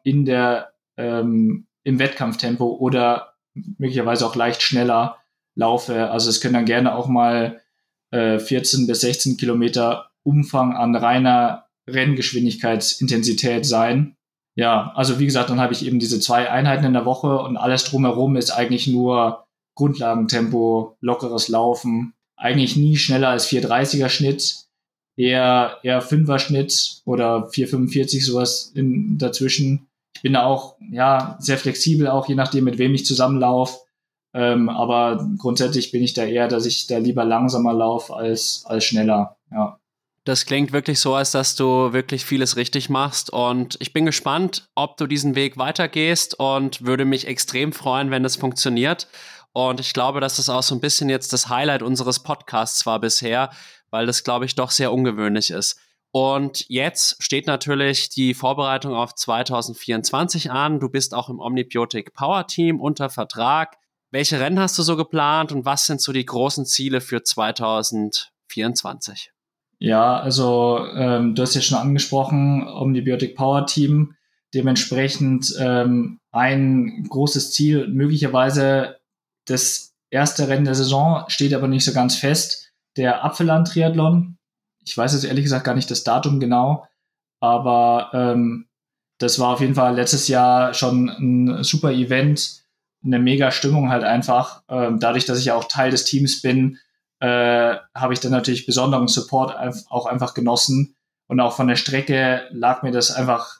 im Wettkampftempo oder möglicherweise auch leicht schneller laufe. Also es können dann gerne auch mal 14 bis 16 Kilometer Umfang an reiner Renngeschwindigkeitsintensität sein. Ja, also wie gesagt, dann habe ich eben diese 2 Einheiten in der Woche und alles drumherum ist eigentlich nur Grundlagentempo, lockeres Laufen, eigentlich nie schneller als 4,30er Schnitt, eher 5er Schnitt oder 4,45 sowas dazwischen. Ich bin da auch sehr flexibel, auch je nachdem, mit wem ich zusammenlaufe. Aber grundsätzlich bin ich da eher, dass ich da lieber langsamer laufe als schneller. Ja. Das klingt wirklich so, als dass du wirklich vieles richtig machst und ich bin gespannt, ob du diesen Weg weitergehst und würde mich extrem freuen, wenn das funktioniert. Und ich glaube, dass das auch so ein bisschen jetzt das Highlight unseres Podcasts war bisher, weil das, glaube ich, doch sehr ungewöhnlich ist. Und jetzt steht natürlich die Vorbereitung auf 2024 an. Du bist auch im Omnibiotic Power Team unter Vertrag. Welche Rennen hast du so geplant und was sind so die großen Ziele für 2024? Ja, also du hast ja schon angesprochen, Omnibiotic Power Team. Dementsprechend ein großes Ziel, möglicherweise das erste Rennen der Saison, steht aber nicht so ganz fest, der Apfelland-Triathlon. Ich weiß jetzt ehrlich gesagt gar nicht das Datum genau, aber das war auf jeden Fall letztes Jahr schon ein super Event, eine mega Stimmung halt einfach. Dadurch, dass ich ja auch Teil des Teams bin, habe ich dann natürlich besonderen Support auch einfach genossen. Und auch von der Strecke lag mir das einfach,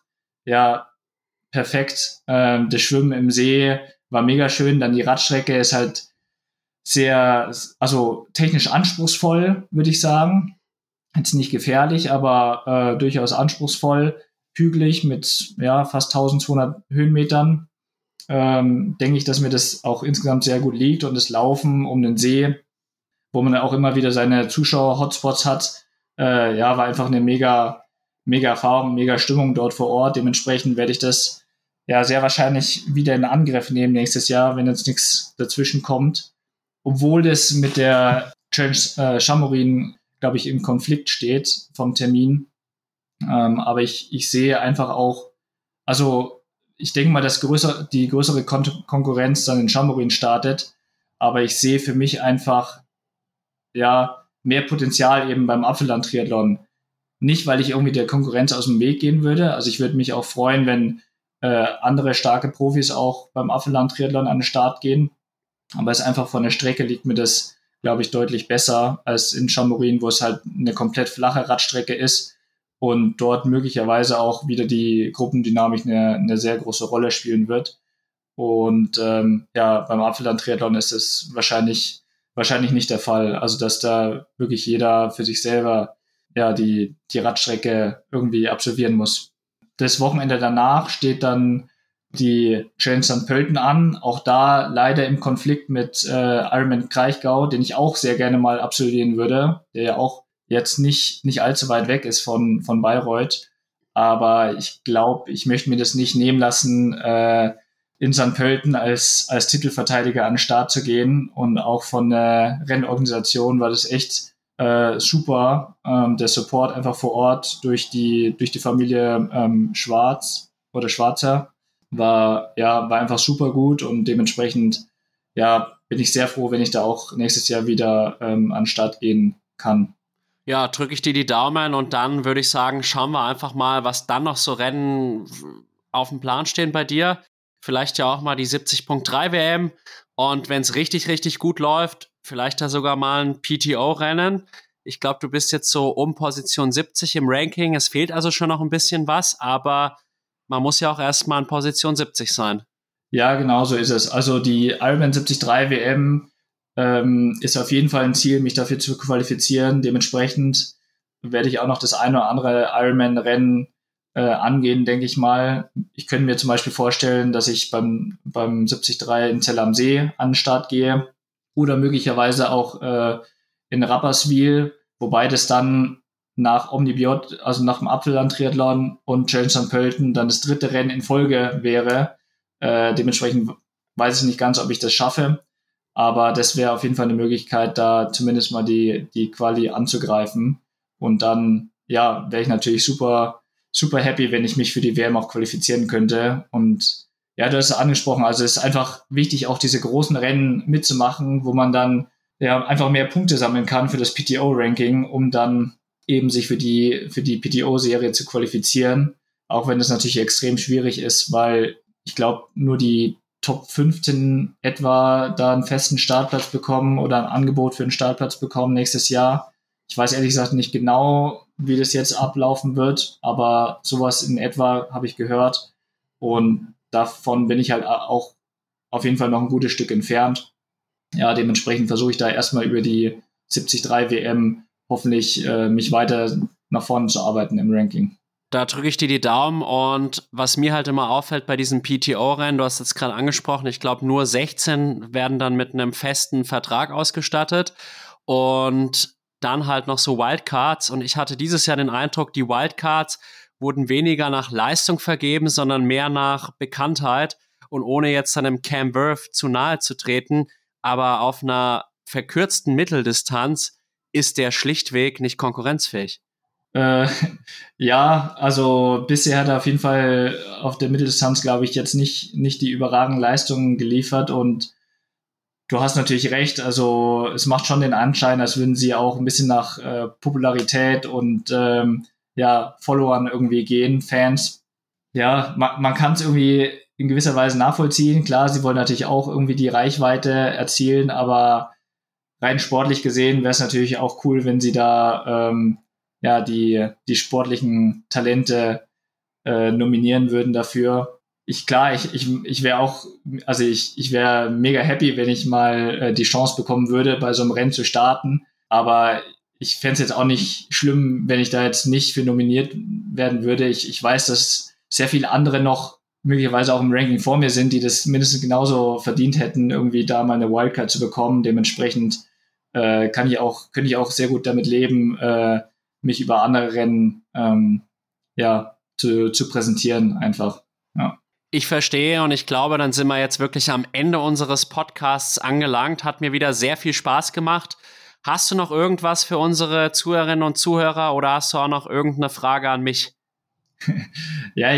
perfekt. Das Schwimmen im See war mega schön. Dann die Radstrecke ist halt sehr, also technisch anspruchsvoll, würde ich sagen. Jetzt nicht gefährlich, aber durchaus anspruchsvoll. Hügelig mit fast 1200 Höhenmetern. Denke ich, dass mir das auch insgesamt sehr gut liegt. Und das Laufen um den See, wo man auch immer wieder seine Zuschauer-Hotspots hat, war einfach eine mega Erfahrung, mega Stimmung dort vor Ort. Dementsprechend werde ich das sehr wahrscheinlich wieder in Angriff nehmen nächstes Jahr, wenn jetzt nichts dazwischen kommt. Obwohl das mit der Challenge Chamorin, glaube ich, im Konflikt steht vom Termin. Aber ich sehe einfach auch, also ich denke mal, dass die größere Konkurrenz dann in Chamorin startet. Aber ich sehe für mich einfach mehr Potenzial eben beim Apfelland-Triathlon. Nicht, weil ich irgendwie der Konkurrenz aus dem Weg gehen würde. Also ich würde mich auch freuen, wenn andere starke Profis auch beim Apfelland-Triathlon an den Start gehen. Aber es einfach von der Strecke liegt mir das, glaube ich, deutlich besser als in Chamorin, wo es halt eine komplett flache Radstrecke ist und dort möglicherweise auch wieder die Gruppendynamik eine sehr große Rolle spielen wird. Und beim Apfelland-Triathlon ist es wahrscheinlich nicht der Fall. Also dass da wirklich jeder für sich selber die Radstrecke irgendwie absolvieren muss. Das Wochenende danach steht dann die Challenge St. Pölten an. Auch da leider im Konflikt mit Ironman Kraichgau, den ich auch sehr gerne mal absolvieren würde, der ja auch jetzt nicht allzu weit weg ist von Bayreuth. Aber ich glaube, ich möchte mir das nicht nehmen lassen, in St. Pölten als Titelverteidiger an den Start zu gehen. Und auch von der Rennorganisation war das echt super. Der Support einfach vor Ort durch die Familie Schwarz oder Schwarzer war einfach super gut und dementsprechend bin ich sehr froh, wenn ich da auch nächstes Jahr wieder an den Start gehen kann. Ja, drücke ich dir die Daumen und dann würde ich sagen, schauen wir einfach mal, was dann noch so Rennen auf dem Plan stehen bei dir. Vielleicht ja auch mal die 70.3 WM und wenn es richtig, richtig gut läuft, vielleicht da sogar mal ein PTO-Rennen. Ich glaube, du bist jetzt so um Position 70 im Ranking. Es fehlt also schon noch ein bisschen was, aber man muss ja auch erstmal in Position 70 sein. Ja, genau so ist es. Also die Ironman 73 WM ist auf jeden Fall ein Ziel, mich dafür zu qualifizieren. Dementsprechend werde ich auch noch das eine oder andere Ironman-Rennen angehen, denke ich mal. Ich könnte mir zum Beispiel vorstellen, dass ich beim 73 in Zell am See an den Start gehe oder möglicherweise auch in Rapperswil, wobei das dann nach Omnibiot, also nach dem Apfelland-Triathlon und Challenge St. Pölten dann das 3. Rennen in Folge wäre. Dementsprechend weiß ich nicht ganz, ob ich das schaffe, aber das wäre auf jeden Fall eine Möglichkeit, da zumindest mal die Quali anzugreifen. Und dann, ja, wäre ich natürlich super, super happy, wenn ich mich für die WM auch qualifizieren könnte. Und ja, du hast es angesprochen, also es ist einfach wichtig, auch diese großen Rennen mitzumachen, wo man dann ja einfach mehr Punkte sammeln kann für das PTO-Ranking, um dann eben sich für die PTO-Serie zu qualifizieren. Auch wenn das natürlich extrem schwierig ist, weil ich glaube, nur die Top 15 etwa da einen festen Startplatz bekommen oder ein Angebot für einen Startplatz bekommen nächstes Jahr. Ich weiß ehrlich gesagt nicht genau, wie das jetzt ablaufen wird, aber sowas in etwa habe ich gehört. Und davon bin ich halt auch auf jeden Fall noch ein gutes Stück entfernt. Ja, dementsprechend versuche ich da erstmal über die 73 WM hoffentlich mich weiter nach vorne zu arbeiten im Ranking. Da drücke ich dir die Daumen, und was mir halt immer auffällt bei diesem PTO-Rennen, du hast jetzt gerade angesprochen, ich glaube nur 16 werden dann mit einem festen Vertrag ausgestattet und dann halt noch so Wildcards, und ich hatte dieses Jahr den Eindruck, die Wildcards wurden weniger nach Leistung vergeben, sondern mehr nach Bekanntheit, und ohne jetzt dann im Cam Wurf zu nahe zu treten, aber auf einer verkürzten Mitteldistanz ist der schlichtweg nicht konkurrenzfähig. Ja, also bisher hat er auf jeden Fall auf der Mitteldistanz, glaube ich, jetzt nicht die überragenden Leistungen geliefert, und du hast natürlich recht, also es macht schon den Anschein, als würden sie auch ein bisschen nach Popularität und ja, Followern irgendwie gehen, Fans. Ja, man kann es irgendwie in gewisser Weise nachvollziehen. Klar, sie wollen natürlich auch irgendwie die Reichweite erzielen, aber rein sportlich gesehen wäre es natürlich auch cool, wenn sie da ja, die sportlichen Talente nominieren würden dafür. Ich wäre auch, also ich wäre mega happy, wenn ich mal die Chance bekommen würde, bei so einem Rennen zu starten. Aber ich fände es jetzt auch nicht schlimm, wenn ich da jetzt nicht für nominiert werden würde. Ich weiß, dass sehr viele andere noch möglicherweise auch im Ranking vor mir sind, die das mindestens genauso verdient hätten, irgendwie da mal eine Wildcard zu bekommen. Dementsprechend könnte ich auch sehr gut damit leben, mich über andere Rennen ja, zu präsentieren einfach. Ja. Ich verstehe, und ich glaube, dann sind wir jetzt wirklich am Ende unseres Podcasts angelangt. Hat mir wieder sehr viel Spaß gemacht. Hast du noch irgendwas für unsere Zuhörerinnen und Zuhörer, oder hast du auch noch irgendeine Frage an mich? Ja,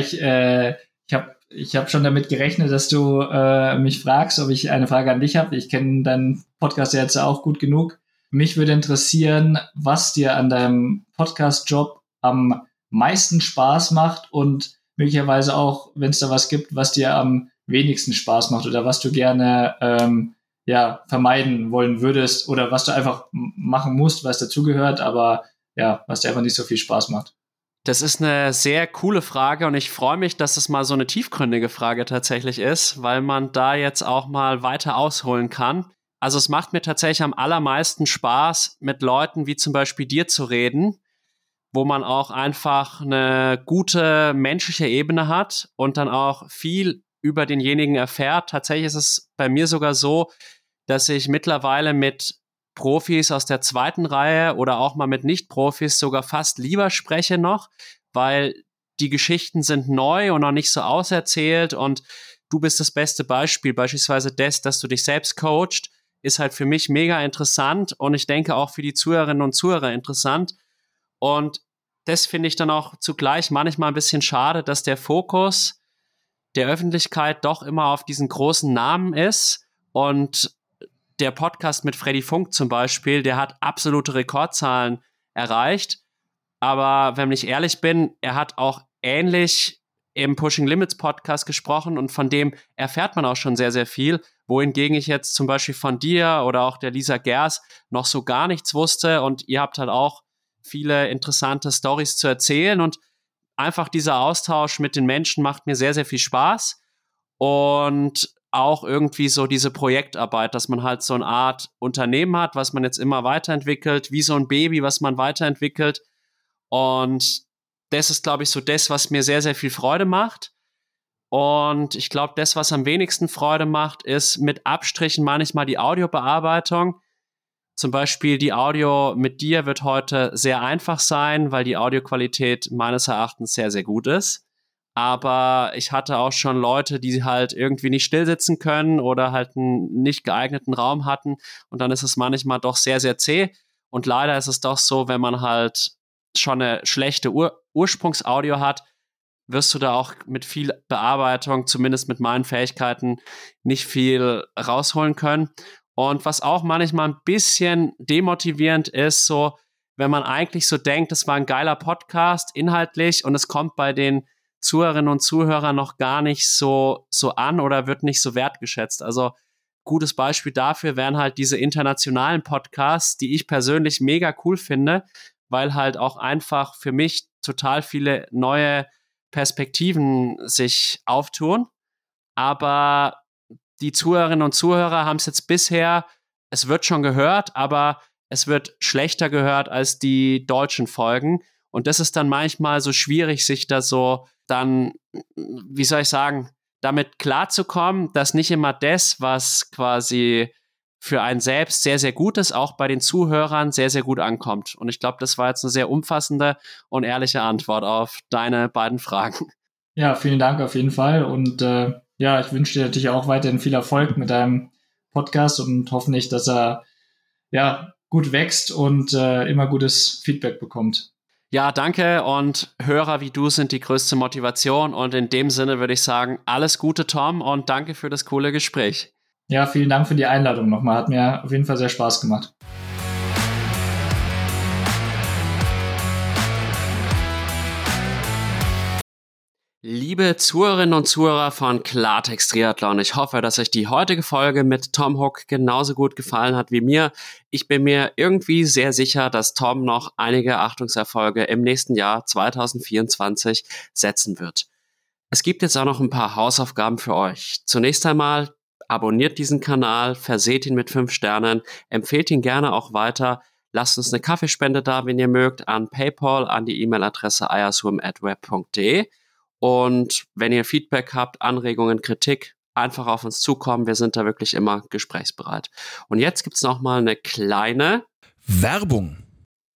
ich hab schon damit gerechnet, dass du mich fragst, ob ich eine Frage an dich habe. Ich kenne deinen Podcast ja jetzt auch gut genug. Mich würde interessieren, was dir an deinem Podcast-Job am meisten Spaß macht und möglicherweise auch, wenn es da was gibt, was dir am wenigsten Spaß macht oder was du gerne ja, vermeiden wollen würdest oder was du einfach machen musst, was dazugehört, aber ja, was dir einfach nicht so viel Spaß macht. Das ist eine sehr coole Frage, und ich freue mich, dass es mal so eine tiefgründige Frage tatsächlich ist, weil man da jetzt auch mal weiter ausholen kann. Also es macht mir tatsächlich am allermeisten Spaß, mit Leuten wie zum Beispiel dir zu reden, wo man auch einfach eine gute menschliche Ebene hat und dann auch viel über denjenigen erfährt. Tatsächlich ist es bei mir sogar so, dass ich mittlerweile mit Profis aus der 2. Reihe oder auch mal mit Nicht-Profis sogar fast lieber spreche noch, weil die Geschichten sind neu und noch nicht so auserzählt, und du bist das beste Beispiel, beispielsweise dass du dich selbst coachst, ist halt für mich mega interessant, und ich denke auch für die Zuhörerinnen und Zuhörer interessant, und das finde ich dann auch zugleich manchmal ein bisschen schade, dass der Fokus der Öffentlichkeit doch immer auf diesen großen Namen ist, und der Podcast mit Freddy Funk zum Beispiel, der hat absolute Rekordzahlen erreicht. Aber wenn ich ehrlich bin, er hat auch ähnlich im Pushing Limits Podcast gesprochen und von dem erfährt man auch schon sehr, sehr viel, wohingegen ich jetzt zum Beispiel von dir oder auch der Lisa Gers noch so gar nichts wusste und ihr habt halt auch viele interessante Storys zu erzählen und einfach dieser Austausch mit den Menschen macht mir sehr, sehr viel Spaß und auch irgendwie so diese Projektarbeit, dass man halt so eine Art Unternehmen hat, was man jetzt immer weiterentwickelt, wie so ein Baby, was man weiterentwickelt. Und das ist, glaube ich, so das, was mir sehr, sehr viel Freude macht. Und ich glaube, das, was am wenigsten Freude macht, ist mit Abstrichen manchmal die Audiobearbeitung. Zum Beispiel die Audio mit dir wird heute sehr einfach sein, weil die Audioqualität meines Erachtens sehr, sehr gut ist. Aber ich hatte auch schon Leute, die halt irgendwie nicht stillsitzen können oder halt einen nicht geeigneten Raum hatten. Und dann ist es manchmal doch sehr, sehr zäh. Und leider ist es doch so, wenn man halt schon eine schlechte Ursprungsaudio hat, wirst du da auch mit viel Bearbeitung, zumindest mit meinen Fähigkeiten, nicht viel rausholen können. Und was auch manchmal ein bisschen demotivierend ist, so, wenn man eigentlich so denkt, es war ein geiler Podcast inhaltlich und es kommt bei den Zuhörerinnen und Zuhörern noch gar nicht so an oder wird nicht so wertgeschätzt. Also gutes Beispiel dafür wären halt diese internationalen Podcasts, die ich persönlich mega cool finde, weil halt auch einfach für mich total viele neue Perspektiven sich auftun. Aber die Zuhörerinnen und Zuhörer haben es jetzt bisher, es wird schon gehört, aber es wird schlechter gehört als die deutschen Folgen. Und das ist dann manchmal so schwierig, sich da so dann, wie soll ich sagen, damit klarzukommen, dass nicht immer das, was quasi für einen selbst sehr, sehr gut ist, auch bei den Zuhörern sehr, sehr gut ankommt. Und ich glaube, das war jetzt eine sehr umfassende und ehrliche Antwort auf deine beiden Fragen. Ja, vielen Dank auf jeden Fall. Und ja, ich wünsche dir natürlich auch weiterhin viel Erfolg mit deinem Podcast und hoffentlich, dass er ja gut wächst und immer gutes Feedback bekommt. Ja, danke und Hörer wie du sind die größte Motivation und in dem Sinne würde ich sagen, alles Gute, Tom, und danke für das coole Gespräch. Ja, vielen Dank für die Einladung nochmal. Hat mir auf jeden Fall sehr Spaß gemacht. Liebe Zuhörerinnen und Zuhörer von Klartext Triathlon, ich hoffe, dass euch die heutige Folge mit Tom Hook genauso gut gefallen hat wie mir. Ich bin mir irgendwie sehr sicher, dass Tom noch einige Achtungserfolge im nächsten Jahr 2024 setzen wird. Es gibt jetzt auch noch ein paar Hausaufgaben für euch. Zunächst einmal abonniert diesen Kanal, verseht ihn mit 5 Sternen, empfehlt ihn gerne auch weiter. Lasst uns eine Kaffeespende da, wenn ihr mögt, an PayPal, an die E-Mail-Adresse iaswim@web.de. Und wenn ihr Feedback habt, Anregungen, Kritik, einfach auf uns zukommen. Wir sind da wirklich immer gesprächsbereit. Und jetzt gibt's noch mal eine kleine Werbung.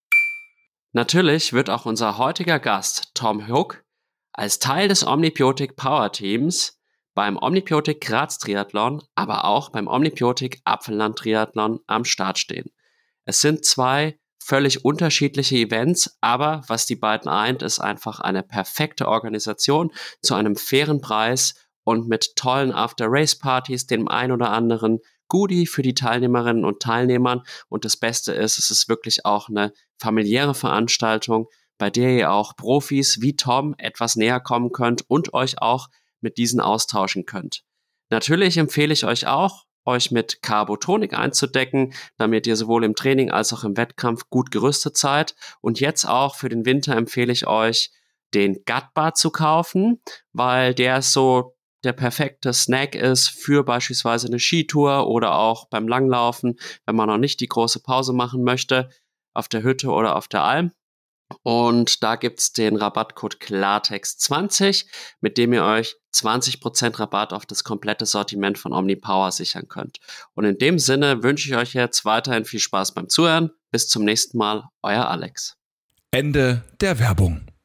Natürlich wird auch unser heutiger Gast Tom Hook als Teil des Omnibiotic Power Teams beim Omnibiotic Graz Triathlon, aber auch beim Omnibiotic Apfelland Triathlon am Start stehen. Es sind 2 völlig unterschiedliche Events, aber was die beiden eint, ist einfach eine perfekte Organisation zu einem fairen Preis und mit tollen After-Race-Partys, dem ein oder anderen Goodie für die Teilnehmerinnen und Teilnehmern. Und das Beste ist, es ist wirklich auch eine familiäre Veranstaltung, bei der ihr auch Profis wie Tom etwas näher kommen könnt und euch auch mit diesen austauschen könnt. Natürlich empfehle ich euch auch, euch mit Carbotonik einzudecken, damit ihr sowohl im Training als auch im Wettkampf gut gerüstet seid. Und jetzt auch für den Winter empfehle ich euch, den Gut Bar zu kaufen, weil der so der perfekte Snack ist für beispielsweise eine Skitour oder auch beim Langlaufen, wenn man noch nicht die große Pause machen möchte, auf der Hütte oder auf der Alm. Und da gibt's den Rabattcode Klartext20, mit dem ihr euch 20% Rabatt auf das komplette Sortiment von OmniPower sichern könnt. Und in dem Sinne wünsche ich euch jetzt weiterhin viel Spaß beim Zuhören. Bis zum nächsten Mal, euer Alex. Ende der Werbung.